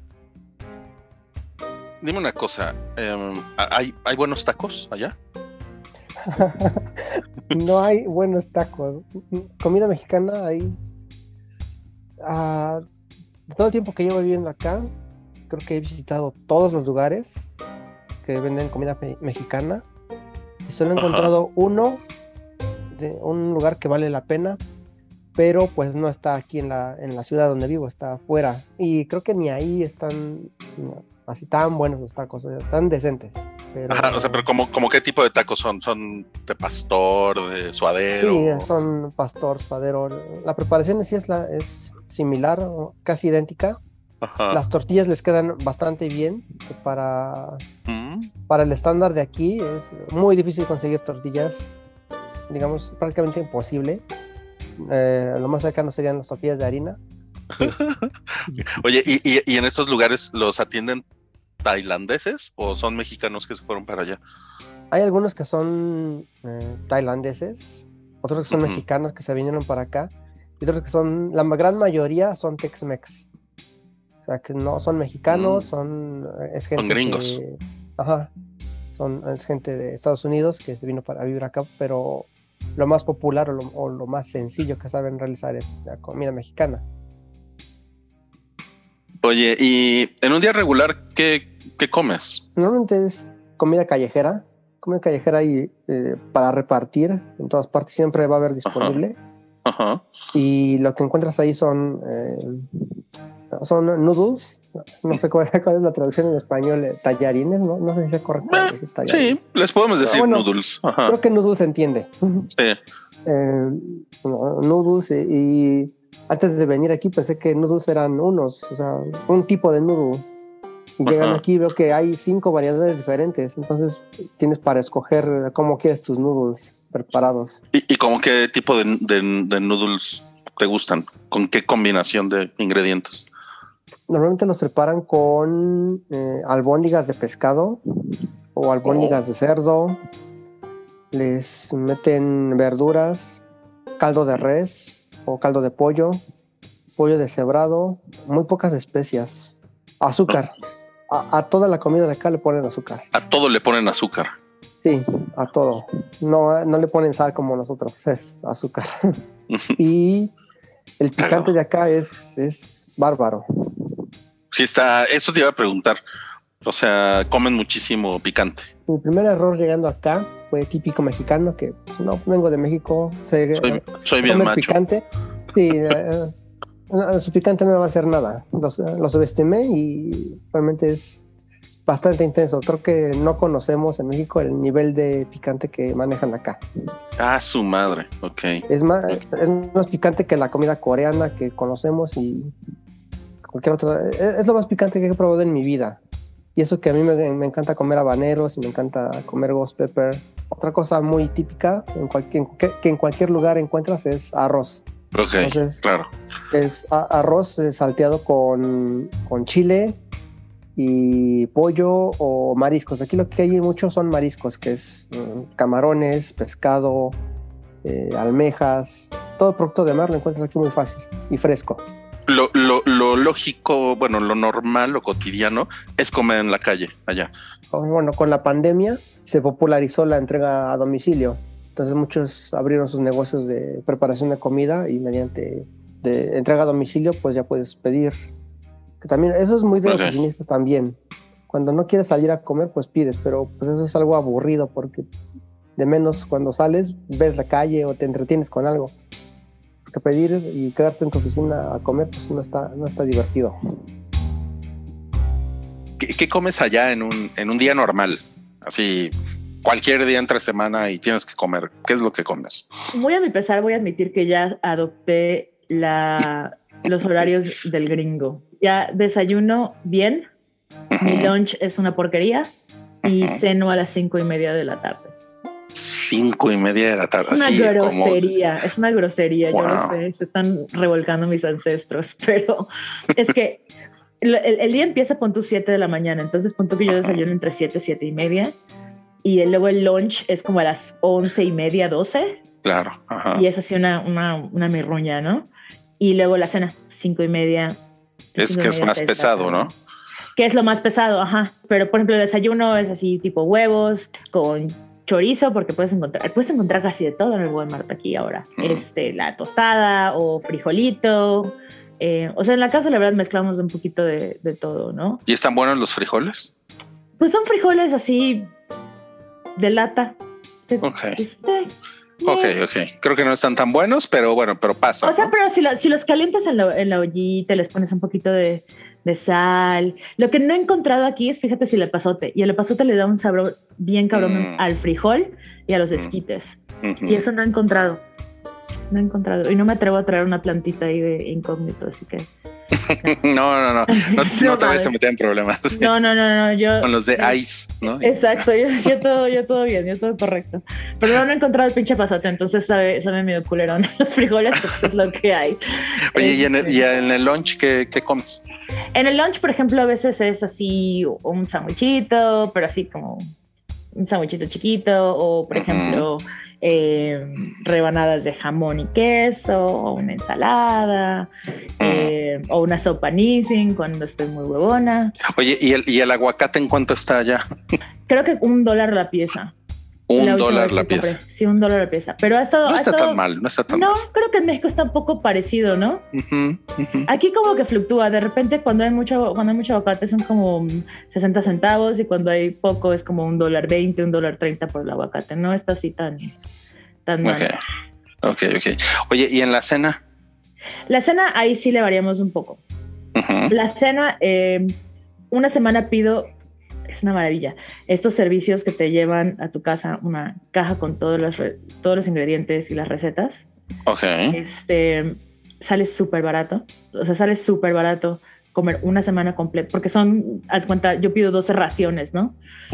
Dime una cosa, ¿hay buenos tacos allá? No hay buenos tacos. Comida mexicana hay. Todo el tiempo que llevo viviendo acá, creo que he visitado todos los lugares que venden comida mexicana y solo he encontrado un lugar que vale la pena, pero pues no está aquí en la ciudad donde vivo, está afuera, y creo que ni ahí están así tan buenos los tacos, o sea, están decentes. Pero... pero como qué tipo de tacos son de pastor, de suadero. Sí, son pastor, suadero. La preparación en sí es similar, casi idéntica. Las tortillas les quedan bastante bien para el estándar de aquí. Es muy difícil conseguir tortillas, digamos, prácticamente imposible. Lo más cercano serían las tortillas de harina. Oye, ¿y en estos lugares los atienden tailandeses o son mexicanos que se fueron para allá? Hay algunos que son tailandeses, otros que son mexicanos que se vinieron para acá, y otros que son, la gran mayoría son Tex-Mex. O sea, que no son mexicanos, es gente... Son gringos. Es gente de Estados Unidos que se vino para vivir acá, pero lo más popular o lo más sencillo que saben realizar es la comida mexicana. Oye, y en un día regular, ¿qué comes? Normalmente es comida callejera y para repartir en todas partes siempre va a haber disponible. Y lo que encuentras ahí son son noodles. No sé cuál es la traducción en español, tallarines, ¿no? No sé si es correcto decir tallarines. Sí, les podemos decir bueno, noodles. Ajá. Creo que noodles se entiende. Sí. Noodles y antes de venir aquí pensé que noodles eran un tipo de noodle. Y llegando aquí veo que hay 5 variedades diferentes, entonces tienes para escoger cómo quieres tus noodles preparados. ¿Y como qué tipo de noodles te gustan? ¿Con qué combinación de ingredientes? Normalmente los preparan con albóndigas de pescado o albóndigas de cerdo. Les meten verduras, caldo de res o caldo de pollo, pollo deshebrado, muy pocas especias, azúcar. A toda la comida de acá le ponen azúcar. A todo le ponen azúcar. Sí, a todo. No le ponen sal como nosotros, es azúcar. Y el picante de acá es bárbaro. Sí está, eso te iba a preguntar. O sea, comen muchísimo picante. Mi primer error llegando acá fue típico mexicano, que no vengo de México, soy bien macho. Picante. Sí, su picante no me va a hacer nada. Lo subestimé y realmente es bastante intenso. Creo que no conocemos en México el nivel de picante que manejan acá. Ah, su madre, ok. Es más picante que la comida coreana que conocemos y cualquier otra. Es lo más picante que he probado en mi vida. Y eso que a mí me encanta comer habaneros y me encanta comer ghost pepper. Otra cosa muy típica que en cualquier lugar encuentras es arroz. Ok, entonces, claro. Es arroz salteado con chile y pollo o mariscos. Aquí lo que hay mucho son mariscos, que es camarones, pescado, almejas. Todo producto de mar lo encuentras aquí muy fácil y fresco. Lo lógico, bueno, lo normal, lo cotidiano es comer en la calle allá. Bueno, con la pandemia se popularizó la entrega a domicilio. Entonces muchos abrieron sus negocios de preparación de comida y mediante de entrega a domicilio pues ya puedes pedir. Que también eso es muy de oficinistas también. Cuando no quieres salir a comer pues pides, pero pues eso es algo aburrido porque de menos cuando sales ves la calle o te entretienes con algo. Porque pedir y quedarte en tu oficina a comer pues no está divertido. ¿Qué comes allá en un día normal? Así cualquier día entre semana y tienes que comer. ¿Qué es lo que comes? Muy a mi pesar voy a admitir que ya adopté los horarios del gringo. Ya desayuno bien, mi lunch es una porquería y ceno a las 5:30 de la tarde. 5:30 de la tarde. Es una grosería, es una grosería. Wow. Yo lo sé, se están revolcando mis ancestros, pero es que el día empieza pon tú 7 de la mañana, entonces pon tú que yo desayuno entre 7 y 7:30 y luego el lunch es como a las 11:30, 12. Claro. Ajá. Y es así una mirruña, ¿no? Y luego la cena, 5:30. Es que es más pesado, ¿no? Que es lo más pesado, ajá. Pero por ejemplo el desayuno es así tipo huevos con chorizo, porque puedes encontrar casi de todo en el Walmart aquí ahora. La tostada o frijolito. O sea, en la casa la verdad mezclamos un poquito de todo, ¿no? ¿Y están buenos los frijoles? Pues son frijoles así de lata. Ok. Creo que no están tan buenos, pero bueno, pero pasa. O sea, ¿no? pero si los calientas en la ollita, les pones un poquito de sal. Lo que no he encontrado aquí es, fíjate, si el epazote. Y el epazote le da un sabor bien cabrón al frijol y a los esquites. Y eso no he encontrado. No he encontrado. Y no me atrevo a traer una plantita ahí de incógnito, así que... No te vayas a meter en problemas. ¿Sí? No. Yo, con los de ice, ¿no? Exacto, yo todo bien, yo todo correcto. Pero no he encontrado el pinche pasote, entonces sabe medio culerón. Los frijoles, pues es lo que hay. Oye, ¿y en el lunch qué comes? En el lunch, por ejemplo, a veces es así un sandwichito, pero así como un sandwichito chiquito, o por ejemplo... rebanadas de jamón y queso o una ensalada o una sopa Nissin cuando estoy muy huevona. Oye, ¿y el aguacate en cuánto está allá? Creo que $1 la pieza. $1 la pieza. Sí, $1 la pieza. Pero no está tan mal. No, creo que en México está un poco parecido, ¿no? Aquí como que fluctúa. De repente cuando hay mucho aguacate son como 60 centavos y cuando hay poco es como $1.20, $1.30 por el aguacate. No está así tan mal. Ok. Oye, ¿y en la cena? La cena ahí sí le variamos un poco. La cena, una semana pido, es una maravilla, estos servicios que te llevan a tu casa una caja con todos los ingredientes y las recetas. Ok. Sale súper barato. O sea, sale súper barato comer una semana completa, porque haz cuenta, yo pido 12 raciones, ¿no?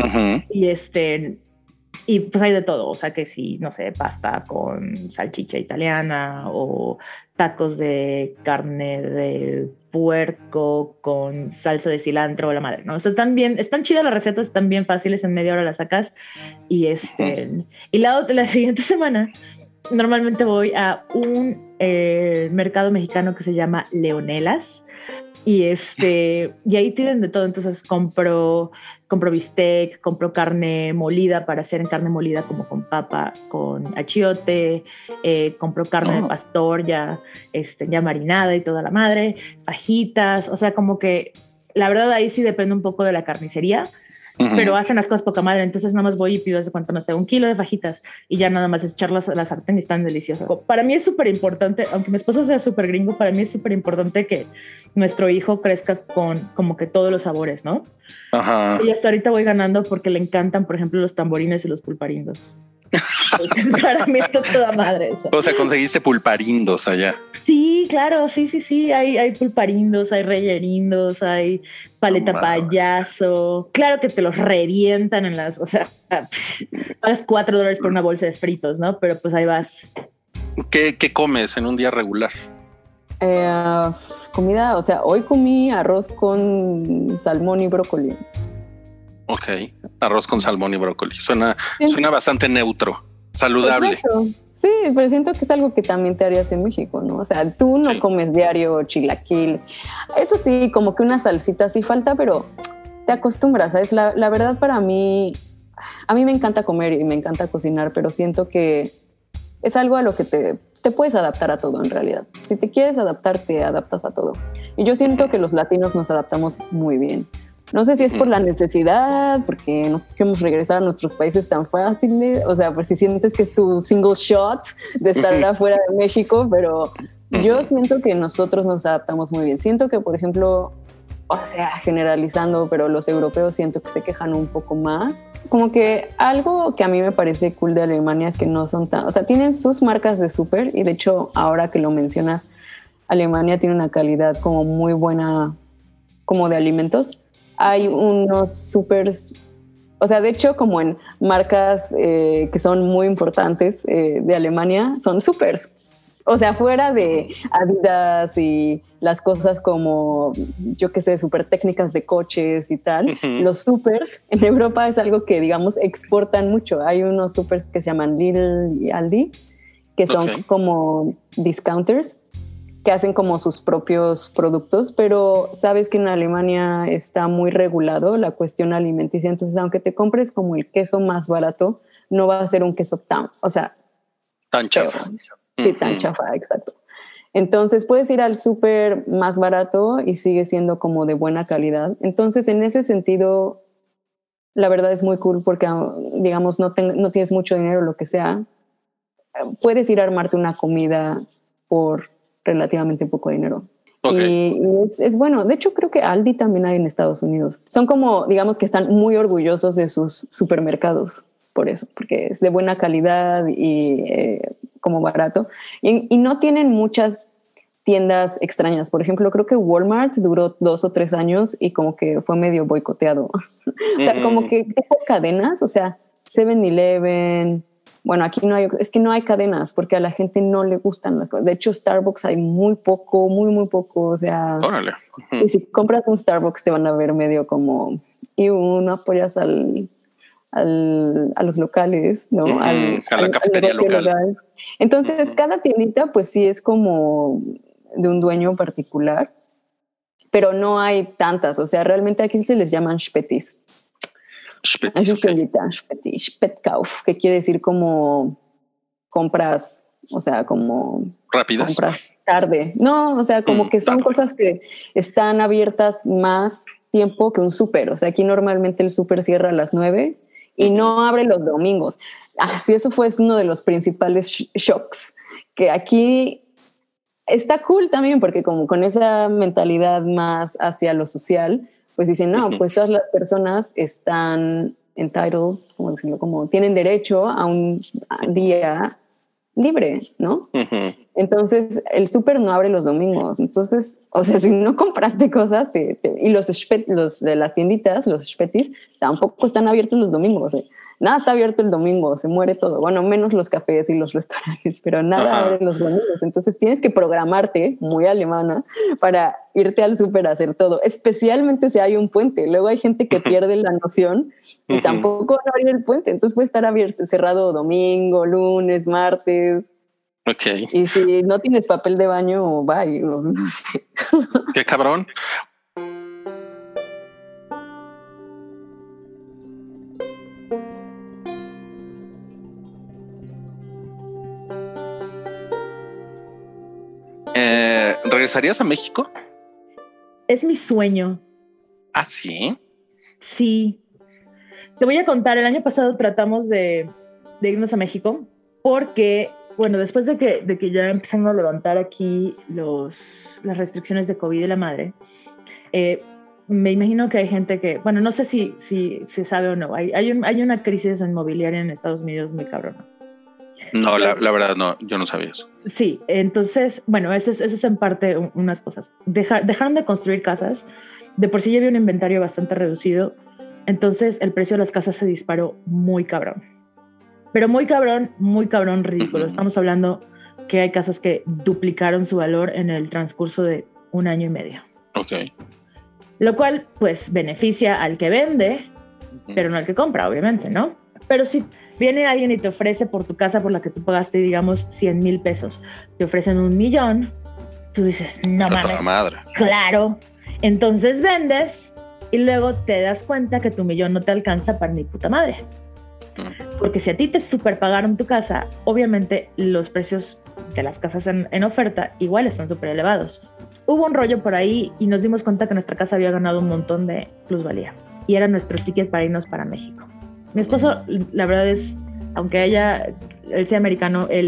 Y pues hay de todo, o sea que si, no sé, pasta con salchicha italiana o tacos de carne de puerco con salsa de cilantro, la madre, ¿no? O sea, están chidas las recetas, están bien fáciles, en media hora las sacas. Y y la siguiente semana normalmente voy a un mercado mexicano que se llama Leonelas. Y ahí tienen de todo. Entonces compro bistec, compro carne molida para hacer en carne molida como con papa, con achiote, compro carne de pastor ya marinada y toda la madre, fajitas, o sea, como que la verdad ahí sí depende un poco de la carnicería, pero hacen las cosas poca madre. Entonces nada más voy y pido, hace cuánto, no sé, 1 kilo de fajitas y ya nada más es echarlas a la sartén y están deliciosas. Para mí es súper importante, aunque mi esposo sea súper gringo, para mí es súper importante que nuestro hijo crezca con como que todos los sabores, ¿no? Ajá. Y hasta ahorita voy ganando porque le encantan, por ejemplo, los tamborines y los pulparindos. Entonces, para mí está toda madre eso. O sea, conseguiste pulparindos allá. Sí, claro, sí. Hay pulparindos, hay reyerindos, hay paleta payaso. Claro que te los revientan o sea, pagas $4 por una bolsa de fritos, ¿no? Pero pues ahí vas. ¿Qué comes en un día regular? Comida, o sea, hoy comí arroz con salmón y brócoli. Ok, arroz con salmón y brócoli. Suena bastante neutro, saludable. Exacto. Sí, pero siento que es algo que también te harías en México, ¿no? O sea, tú no comes diario chilaquiles. Eso sí, como que una salsita sí falta, pero te acostumbras, ¿sabes? La verdad para mí, a mí me encanta comer y me encanta cocinar, pero siento que es algo a lo que te puedes adaptar a todo en realidad. Si te quieres adaptar, te adaptas a todo. Y yo siento que los latinos nos adaptamos muy bien. No sé si es por la necesidad, porque no queremos regresar a nuestros países tan fáciles, o sea, pues si sientes que es tu single shot de estar afuera de México, pero yo siento que nosotros nos adaptamos muy bien. Siento que, por ejemplo, o sea, generalizando, pero los europeos siento que se quejan un poco más. Como que algo que a mí me parece cool de Alemania es que no son tan... O sea, tienen sus marcas de súper y de hecho, ahora que lo mencionas, Alemania tiene una calidad como muy buena como de alimentos. Hay unos supers, o sea, de hecho, como en marcas que son muy importantes de Alemania, son supers. O sea, fuera de Adidas y las cosas como, yo qué sé, súper técnicas de coches y tal, los supers en Europa es algo que, digamos, exportan mucho. Hay unos supers que se llaman Lidl y Aldi, que son como discounters, que hacen como sus propios productos, pero sabes que en Alemania está muy regulado la cuestión alimenticia, entonces aunque te compres como el queso más barato, no va a ser un queso tan chafa. Sí, tan chafa, exacto. Entonces puedes ir al súper más barato y sigue siendo como de buena calidad. Entonces en ese sentido, la verdad es muy cool porque, digamos, no tienes mucho dinero o lo que sea, puedes ir a armarte una comida por relativamente poco dinero. Y es bueno. De hecho, creo que Aldi también hay en Estados Unidos. Son como, digamos que están muy orgullosos de sus supermercados por eso, porque es de buena calidad y como barato. Y no tienen muchas tiendas extrañas. Por ejemplo, creo que Walmart duró 2 o 3 años y como que fue medio boicoteado. O sea, como que dejó cadenas, o sea, 7-Eleven. Bueno, aquí no hay cadenas porque a la gente no le gustan las cosas. De hecho, Starbucks hay muy poco, muy poco. O sea, órale. Y si compras un Starbucks te van a ver medio como, y no apoyas a los locales, ¿no? A la cafetería local. Entonces, cada tiendita, pues sí es como de un dueño particular, pero no hay tantas. O sea, realmente aquí se les llaman Spätis. Spätkauf, que quiere decir como compras, o sea, como rápidas, compras tarde. No, o sea, como que son cosas que están abiertas más tiempo que un súper. O sea, aquí normalmente el súper cierra a las 9 y no abre los domingos. Así eso fue uno de los principales shocks, que aquí está cool también porque como con esa mentalidad más hacia lo social, pues dicen, no, pues todas las personas están entitled, como decirlo, como tienen derecho a un día libre, ¿no? Entonces el súper no abre los domingos. Entonces, o sea, si no compraste cosas y los de las tienditas, los spetis, tampoco están abiertos los domingos. Nada está abierto el domingo, se muere todo. Bueno, menos los cafés y los restaurantes, pero nada abre los domingos. Entonces tienes que programarte, muy alemana, para irte al súper a hacer todo, especialmente si hay un puente. Luego hay gente que pierde la noción y tampoco van a abrir el puente. Entonces puede estar abierto, cerrado domingo, lunes, martes. Ok. Y si no tienes papel de baño, bye. No sé. Qué cabrón. ¿Regresarías a México? Es mi sueño. ¿Ah, sí? Sí. Te voy a contar, el año pasado tratamos de irnos a México porque, bueno, después de que ya empezaron a levantar aquí las restricciones de COVID de la madre, me imagino que hay gente que, bueno, no sé si se sabe o no, hay una crisis inmobiliaria en Estados Unidos muy cabrona. No, la verdad no, yo no sabía eso. Sí, entonces, bueno, eso es en parte unas cosas. Dejaron de construir casas, de por sí ya había un inventario bastante reducido, entonces el precio de las casas se disparó muy cabrón. Pero muy cabrón, ridículo. Estamos hablando que hay casas que duplicaron su valor en el transcurso de 1 año y medio. Ok. Lo cual, pues, beneficia al que vende, pero no al que compra, obviamente, ¿no? Pero si viene alguien y te ofrece por tu casa por la que tú pagaste, digamos, 100,000 pesos, te ofrecen 1,000,000, tú dices, no mames, madre. Claro. Entonces vendes y luego te das cuenta que tu 1,000,000 no te alcanza para ni puta madre. Porque si a ti te superpagaron tu casa, obviamente los precios de las casas en oferta igual están súper elevados. Hubo un rollo por ahí y nos dimos cuenta que nuestra casa había ganado un montón de plusvalía y era nuestro ticket para irnos para México. Mi esposo, la verdad es, aunque él sea americano, él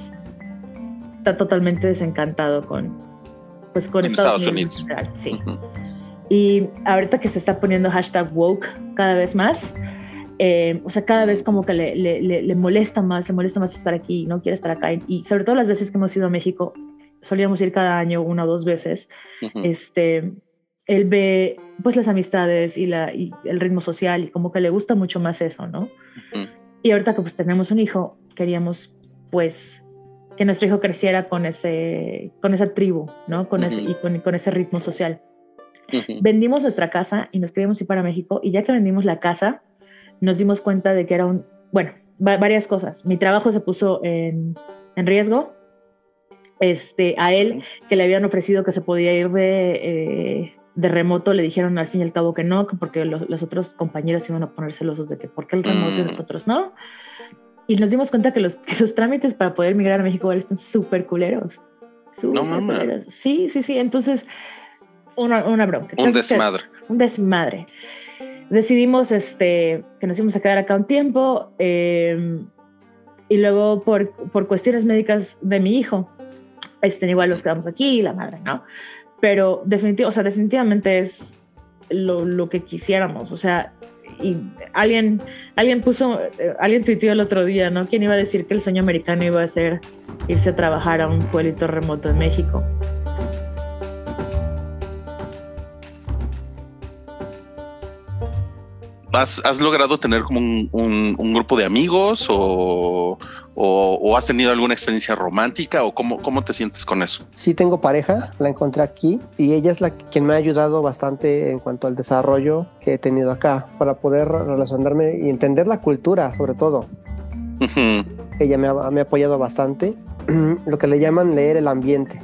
está totalmente desencantado con Estados Unidos. Sí. Y ahorita que se está poniendo #woke cada vez más, o sea, cada vez como que le molesta más estar aquí, no quiere estar acá. Y sobre todo las veces que hemos ido a México, solíamos ir cada año 1 o 2 veces, él ve pues las amistades y el ritmo social y como que le gusta mucho más eso, ¿no? Y ahorita que pues tenemos un hijo, queríamos pues que nuestro hijo creciera con esa tribu, ¿no? Con ese ritmo social. Vendimos nuestra casa y nos queríamos ir para México, y ya que vendimos la casa, nos dimos cuenta de que era varias cosas. Mi trabajo se puso en riesgo. A él, que le habían ofrecido que se podía ir de remoto, le dijeron al fin y al cabo que no, porque los otros compañeros iban a poner celosos de que por qué el remoto y nosotros no. Y nos dimos cuenta que los trámites para poder migrar a México están súper culeros. No mames. Sí. Entonces, una bronca. Un desmadre. Un desmadre. Decidimos que nos íbamos a quedar acá un tiempo, y luego por cuestiones médicas de mi hijo, igual nos quedamos aquí, la madre, ¿no? Pero definitivamente es lo que quisiéramos, o sea, y alguien tuiteó el otro día, ¿no? ¿Quién iba a decir que el sueño americano iba a ser irse a trabajar a un pueblito remoto en México? ¿Has logrado tener como un grupo de amigos o has tenido alguna experiencia romántica o cómo te sientes con eso? Sí, tengo pareja, la encontré aquí y ella es quien me ha ayudado bastante en cuanto al desarrollo que he tenido acá para poder relacionarme y entender la cultura, sobre todo. Ella me ha apoyado bastante, lo que le llaman leer el ambiente.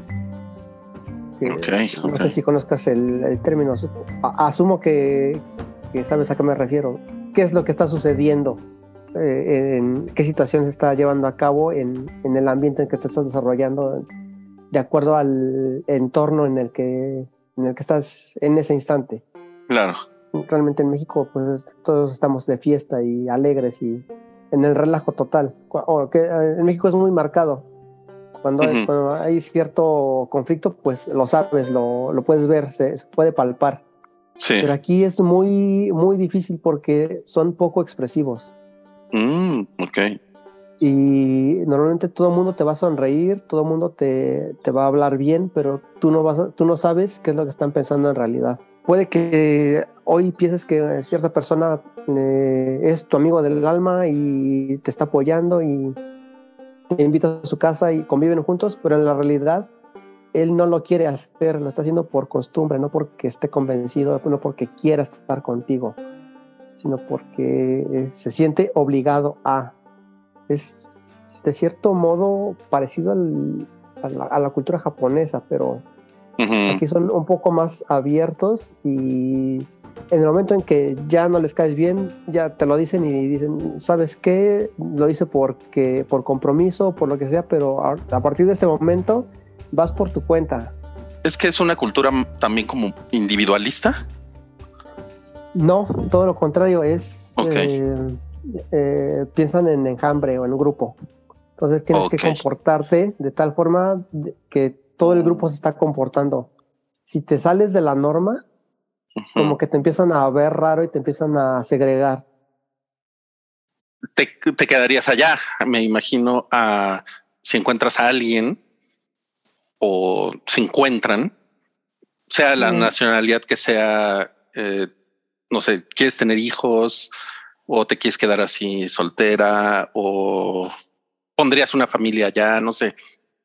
No sé si conozcas el término, asumo que sabes a qué me refiero. ¿Qué es lo que está sucediendo? En qué situación se está llevando a cabo en el ambiente en que te estás desarrollando, de acuerdo al entorno en el que estás en ese instante. Claro. Realmente en México pues todos estamos de fiesta y alegres y en el relajo total. En México es muy marcado Cuando hay cierto conflicto, pues lo sabes, lo puedes ver, se puede palpar. Sí. Pero aquí es muy, muy difícil porque son poco expresivos. Ok. Y normalmente todo el mundo te va a sonreír, todo el mundo te va a hablar bien, pero tú no sabes qué es lo que están pensando en realidad. Puede que hoy pienses que cierta persona es tu amigo del alma y te está apoyando y te invita a su casa y conviven juntos, pero en la realidad él no lo quiere hacer, lo está haciendo por costumbre, no porque esté convencido, no porque quiera estar contigo, sino porque se siente obligado a. Es de cierto modo parecido a la cultura japonesa, pero aquí son un poco más abiertos y en el momento en que ya no les caes bien, ya te lo dicen y dicen, ¿sabes qué? Lo hice por compromiso, por lo que sea, pero a partir de ese momento vas por tu cuenta. Es que es una cultura también como individualista. No, todo lo contrario, es Okay. Piensan en enjambre o en grupo. Entonces tienes que comportarte de tal forma que todo el grupo se está comportando. Si te sales de la norma, como que te empiezan a ver raro y te empiezan a segregar. Te quedarías allá, me imagino, si encuentras a alguien o se encuentran, sea la nacionalidad que sea, no sé, ¿quieres tener hijos o te quieres quedar así soltera o pondrías una familia allá? No sé.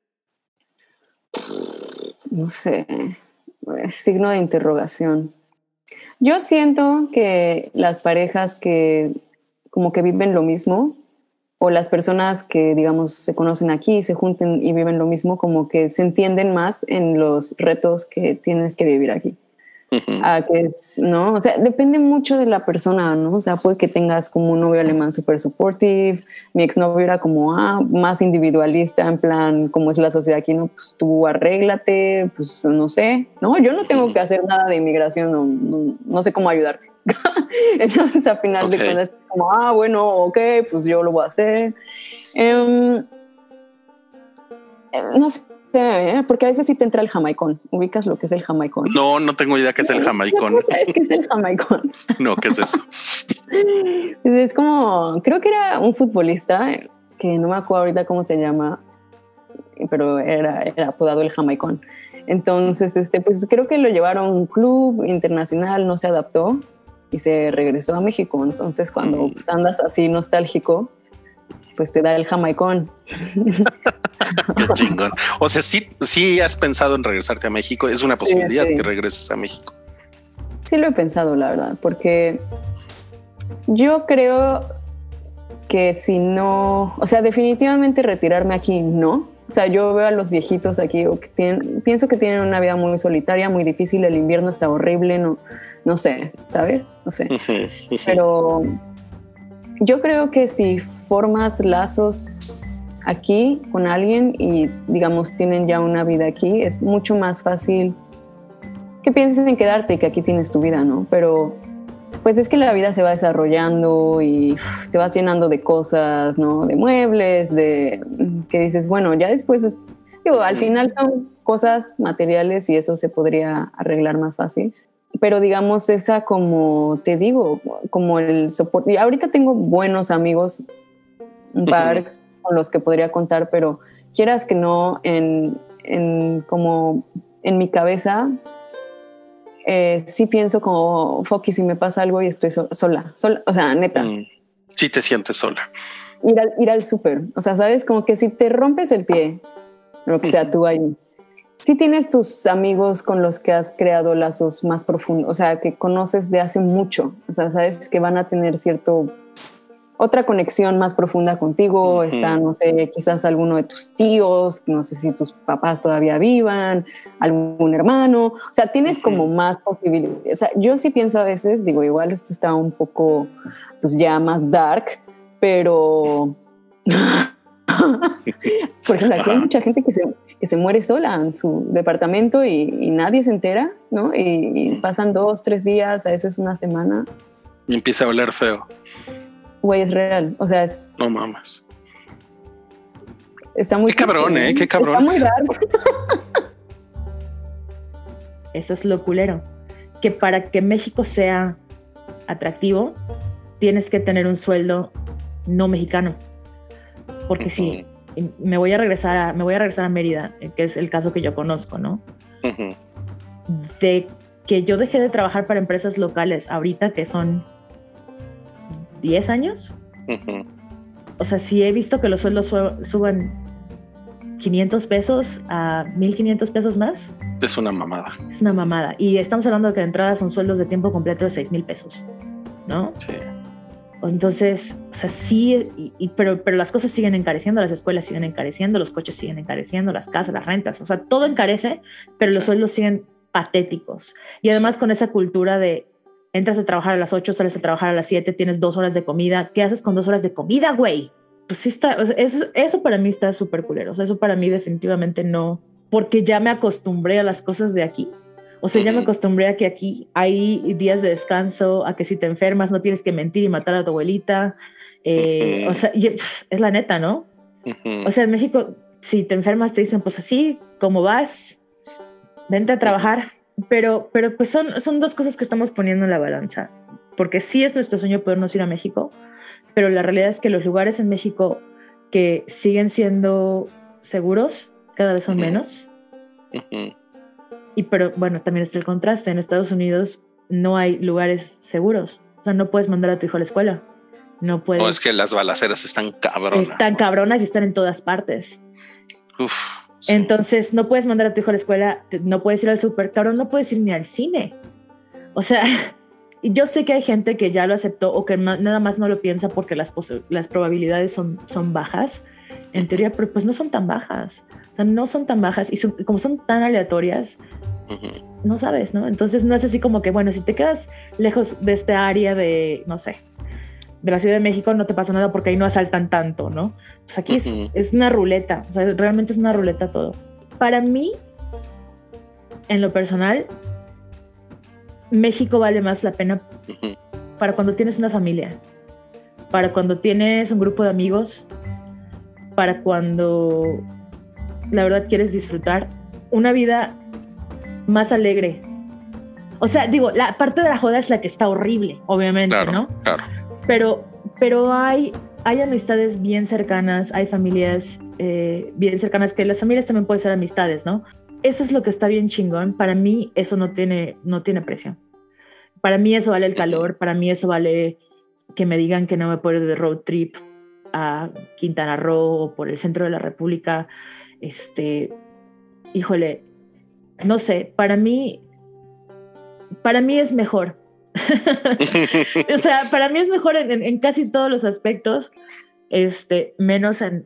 No sé, signo de interrogación. Yo siento que las parejas que como que viven lo mismo o las personas que, digamos, se conocen aquí, se junten y viven lo mismo, como que se entienden más en los retos que tienes que vivir aquí. ¿No? O sea, depende mucho de la persona, ¿no? O sea, puede que tengas como un novio alemán súper supportive, mi exnovio era como más individualista, en plan, como es la sociedad aquí, ¿no? Pues tú arréglate, pues no sé, ¿no? Yo no tengo que hacer nada de inmigración, no sé cómo ayudarte. Entonces, a final de cuentas, como, bueno, ok, pues yo lo voy a hacer. No sé. Porque a veces sí te entra el jamaicón. ¿Ubicas lo que es el jamaicón? No tengo idea qué es el jamaicón. ¿Sabes qué es el jamaicón? No, ¿qué es eso? Es como, creo que era un futbolista que no me acuerdo ahorita cómo se llama, pero era apodado el jamaicón. Entonces, pues creo que lo llevaron a un club internacional, no se adaptó y se regresó a México. Entonces, cuando pues, andas así nostálgico, pues te da el jamaicón. Qué chingón. O sea, sí has pensado en regresarte a México. Es una posibilidad que regreses a México. Sí lo he pensado, la verdad, porque yo creo que si no, o sea, definitivamente retirarme aquí no. O sea, yo veo a los viejitos aquí pienso que tienen una vida muy solitaria, muy difícil, el invierno está horrible, no sé, ¿sabes? No sé. Pero yo creo que si formas lazos aquí con alguien y, digamos, tienen ya una vida aquí, es mucho más fácil que pienses en quedarte y que aquí tienes tu vida, ¿no? Pero pues es que la vida se va desarrollando y te vas llenando de cosas, ¿no? De muebles, que dices, bueno, ya después, al final son cosas materiales y eso se podría arreglar más fácil. Pero digamos, esa como te digo, como el soporte. Y ahorita tengo buenos amigos, un par con los que podría contar, pero quieras que no, como en mi cabeza, sí pienso como, fuck, y si me pasa algo y estoy sola, o sea, neta. Sí te sientes sola. Ir al súper, o sea, sabes, como que si te rompes el pie, lo que sea, tú ahí. Sí tienes tus amigos con los que has creado lazos más profundos, o sea, que conoces de hace mucho, o sea, sabes que van a tener otra conexión más profunda contigo, está, no sé, quizás alguno de tus tíos, no sé si tus papás todavía vivan, algún hermano, o sea, tienes como más posibilidades. O sea, yo sí pienso a veces, digo, igual esto está un poco, pues ya más dark, pero por ejemplo, aquí hay mucha gente que se muere sola en su departamento y nadie se entera, ¿no? Y pasan 2, 3 días, a veces una semana. Y empieza a oler feo. Güey, es real, o sea, No mames. Está muy Qué cabrón, qué cabrón. Está muy raro. Eso es lo culero. Que para que México sea atractivo, tienes que tener un sueldo no mexicano. Porque si me voy a regresar a Mérida, que es el caso que yo conozco, ¿no? De que yo dejé de trabajar para empresas locales ahorita, que son 10 años. O sea, sí he visto que los sueldos suban 500 pesos a 1,500 pesos más. Es una mamada. Es una mamada. Y estamos hablando de que de entrada son sueldos de tiempo completo de 6,000 pesos, ¿no? Sí. Entonces, o sea, sí, pero las cosas siguen encareciendo, las escuelas siguen encareciendo, los coches siguen encareciendo, las casas, las rentas, o sea, todo encarece, pero los sueldos siguen patéticos. Y además con esa cultura de entras a trabajar a las 8, sales a trabajar a las 7, tienes 2 horas de comida. ¿Qué haces con 2 horas de comida, güey? Pues sí está, o sea, eso para mí está súper culero. O sea, eso para mí definitivamente no, porque ya me acostumbré a las cosas de aquí. O sea, ya me acostumbré a que aquí hay días de descanso, a que si te enfermas no tienes que mentir y matar a tu abuelita. O sea, es la neta, ¿no? O sea, en México, si te enfermas te dicen, pues así, como vas, vente a trabajar. Pero pues son dos cosas que estamos poniendo en la balanza. Porque sí es nuestro sueño podernos ir a México, pero la realidad es que los lugares en México que siguen siendo seguros cada vez son menos. Pero bueno, también está el contraste. En Estados Unidos no hay lugares seguros. O sea, no puedes mandar a tu hijo a la escuela. No puedes. No, es que las balaceras están cabronas. Están cabronas y están en todas partes. Uf, sí. Entonces, no puedes mandar a tu hijo a la escuela, no puedes ir al súper, cabrón, no puedes ir ni al cine. O sea, yo sé que hay gente que ya lo aceptó o que nada más no lo piensa porque las probabilidades son bajas, en teoría, pero pues no son tan bajas. O sea, no son tan bajas y como son tan aleatorias, no sabes, ¿no? Entonces no es así como que, bueno, si te quedas lejos de esta área de, no sé, de la Ciudad de México no te pasa nada porque ahí no asaltan tanto, ¿no? Pues aquí es una ruleta, o sea, realmente es una ruleta todo. Para mí, en lo personal, México vale más la pena para cuando tienes una familia, para cuando tienes un grupo de amigos, para cuando la verdad quieres disfrutar una vida más alegre. O sea, digo, la parte de la joda es la que está horrible, obviamente, claro, ¿no? Claro. Pero hay amistades bien cercanas, hay familias bien cercanas, que las familias también pueden ser amistades, ¿no? Eso es lo que está bien chingón. Para mí eso no tiene precio. Para mí eso vale el calor, para mí eso vale que me digan que no me puedo ir de road trip a Quintana Roo o por el centro de la República. Híjole, no sé, para mí es mejor. O sea, para mí es mejor en casi todos los aspectos, menos en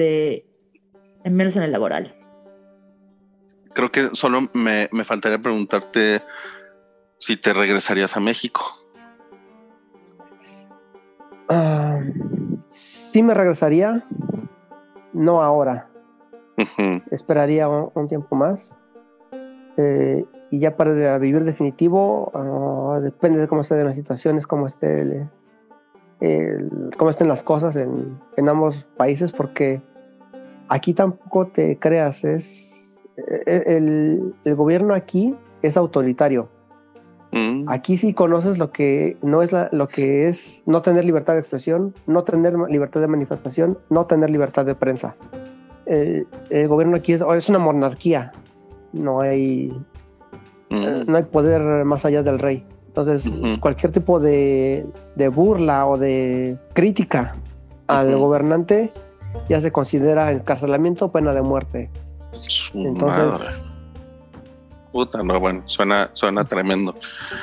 el laboral. Creo que solo me faltaría preguntarte si te regresarías a México. Sí me regresaría, no ahora. Esperaría un tiempo más. Y ya para vivir definitivo, depende de cómo estén las situaciones, cómo estén las cosas en ambos países, porque aquí tampoco te creas, el gobierno aquí es autoritario. Aquí sí conoces lo que es no tener libertad de expresión, no tener libertad de manifestación, no tener libertad de prensa. El gobierno aquí es una monarquía. No hay poder más allá del rey. Entonces, cualquier tipo de burla o de crítica al gobernante ya se considera encarcelamiento o pena de muerte. Entonces, puta, no, bueno, suena tremendo.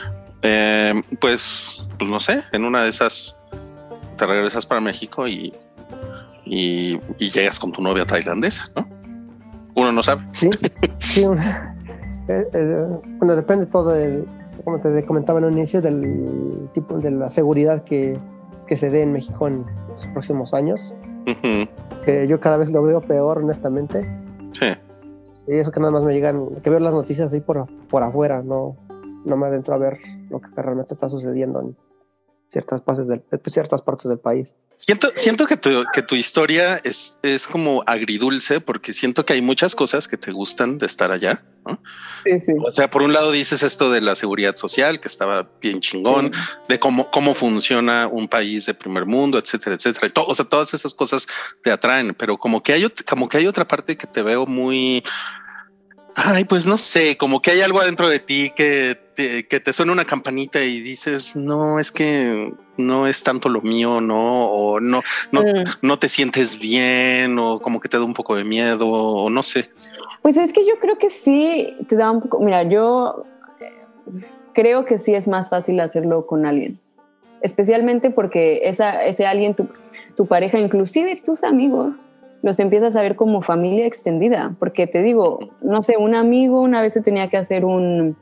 Pues no sé, en una de esas te regresas para México y llegas con tu novia tailandesa, ¿no? Uno no sabe. Sí. Bueno, depende todo como te comentaba en un inicio, del tipo de la seguridad que se dé en México en los próximos años. Que yo cada vez lo veo peor, honestamente. Sí. Y eso que nada más me llegan, que veo las noticias ahí por afuera, no me adentro a ver lo que realmente está sucediendo ciertas partes del país. Siento que tu historia es como agridulce, porque siento que hay muchas cosas que te gustan de estar allá, ¿no? Sí, sí. O sea, por un lado dices esto de la seguridad social, que estaba bien chingón, de cómo funciona un país de primer mundo, etcétera, etcétera. O sea, todas esas cosas te atraen, pero como que hay otra parte que te veo muy... Ay, pues no sé, como que hay algo adentro de ti que te suena una campanita y dices, no, es que no es tanto lo mío, no, o no te sientes bien, o como que te da un poco de miedo, o no sé. Pues es que yo creo que sí te da un poco, mira, yo creo que sí es más fácil hacerlo con alguien, especialmente porque ese alguien, tu pareja, inclusive tus amigos, los empiezas a ver como familia extendida, porque te digo, no sé, un amigo una vez se tenía que hacer un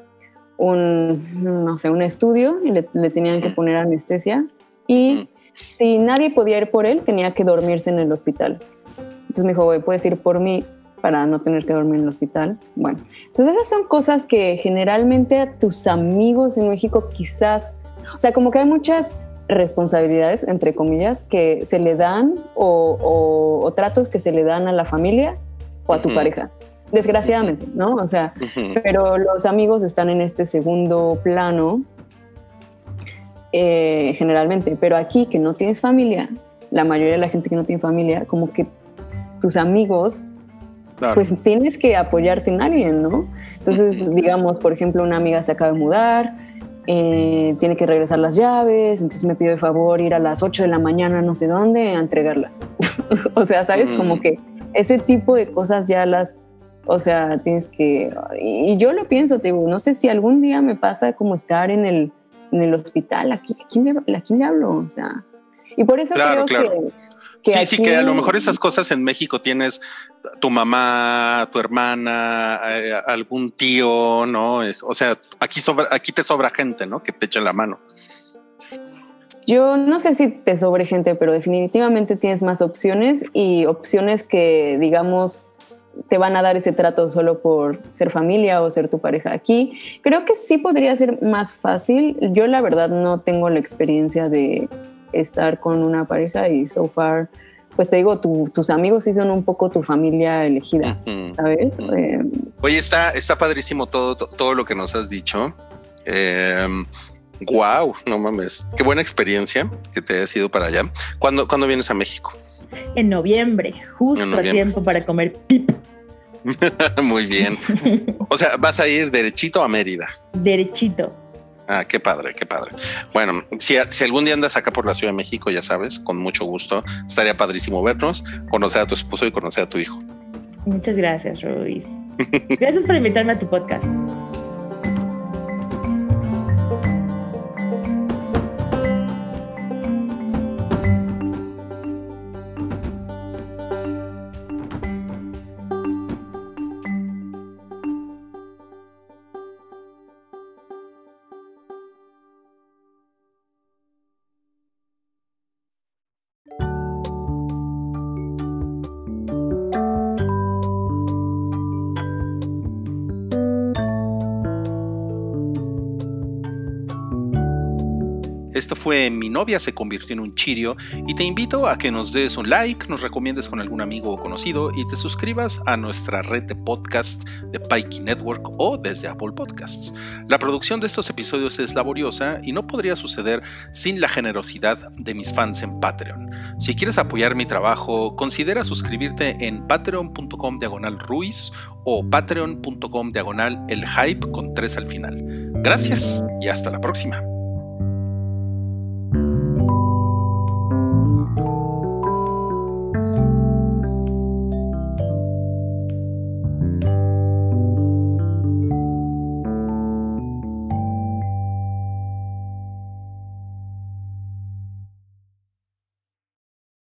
estudio y le tenían que poner anestesia y si nadie podía ir por él, tenía que dormirse en el hospital. Entonces me dijo, güey, ¿puedes ir por mí para no tener que dormir en el hospital? Bueno, entonces esas son cosas que generalmente a tus amigos en México quizás, o sea, como que hay muchas responsabilidades, entre comillas, que se le dan o tratos que se le dan a la familia o a tu pareja, desgraciadamente, ¿no? O sea, pero los amigos están en este segundo plano generalmente, pero aquí que no tienes familia, la mayoría de la gente que no tiene familia, como que tus amigos, claro, pues tienes que apoyarte en alguien, ¿no? Entonces, digamos, por ejemplo, una amiga se acaba de mudar, tiene que regresar las llaves, entonces me pido de favor ir a las 8 de la mañana no sé dónde a entregarlas. O sea, ¿sabes? Como que ese tipo de cosas ya o sea, tienes que... Y yo lo pienso, te digo, no sé si algún día me pasa como estar en el hospital, ¿a quién le hablo? O sea, y por eso claro, creo claro. que sí, aquí... sí, que a lo mejor esas cosas en México tienes tu mamá, tu hermana, algún tío, ¿no? O sea, aquí te sobra gente, ¿no? Que te eche la mano. Yo no sé si te sobre gente, pero definitivamente tienes más opciones y opciones que, digamos, te van a dar ese trato solo por ser familia o ser tu pareja. Aquí creo que sí podría ser más fácil. Yo la verdad no tengo la experiencia de estar con una pareja y so far, pues te digo, tus amigos sí son un poco tu familia elegida, ¿sabes? Oye, está padrísimo todo lo que nos has dicho. Wow, no mames, qué buena experiencia que te hayas ido para allá. ¿Cuándo vienes a México? En noviembre, justo a tiempo para comer pip. Muy bien. O sea, vas a ir derechito a Mérida. Derechito. Ah, qué padre, qué padre. Bueno, si algún día andas acá por la Ciudad de México, ya sabes, con mucho gusto, estaría padrísimo vernos, conocer a tu esposo y conocer a tu hijo. Muchas gracias, Ruiz. Gracias por invitarme a tu podcast. Esto fue Mi novia se convirtió en un chirio y te invito a que nos des un like, nos recomiendes con algún amigo o conocido y te suscribas a nuestra red de podcast de Pikey Network o desde Apple Podcasts. La producción de estos episodios es laboriosa y no podría suceder sin la generosidad de mis fans en Patreon. Si quieres apoyar mi trabajo, considera suscribirte en patreon.com/Ruiz o patreon.com/elhype con 3 al final. Gracias y hasta la próxima.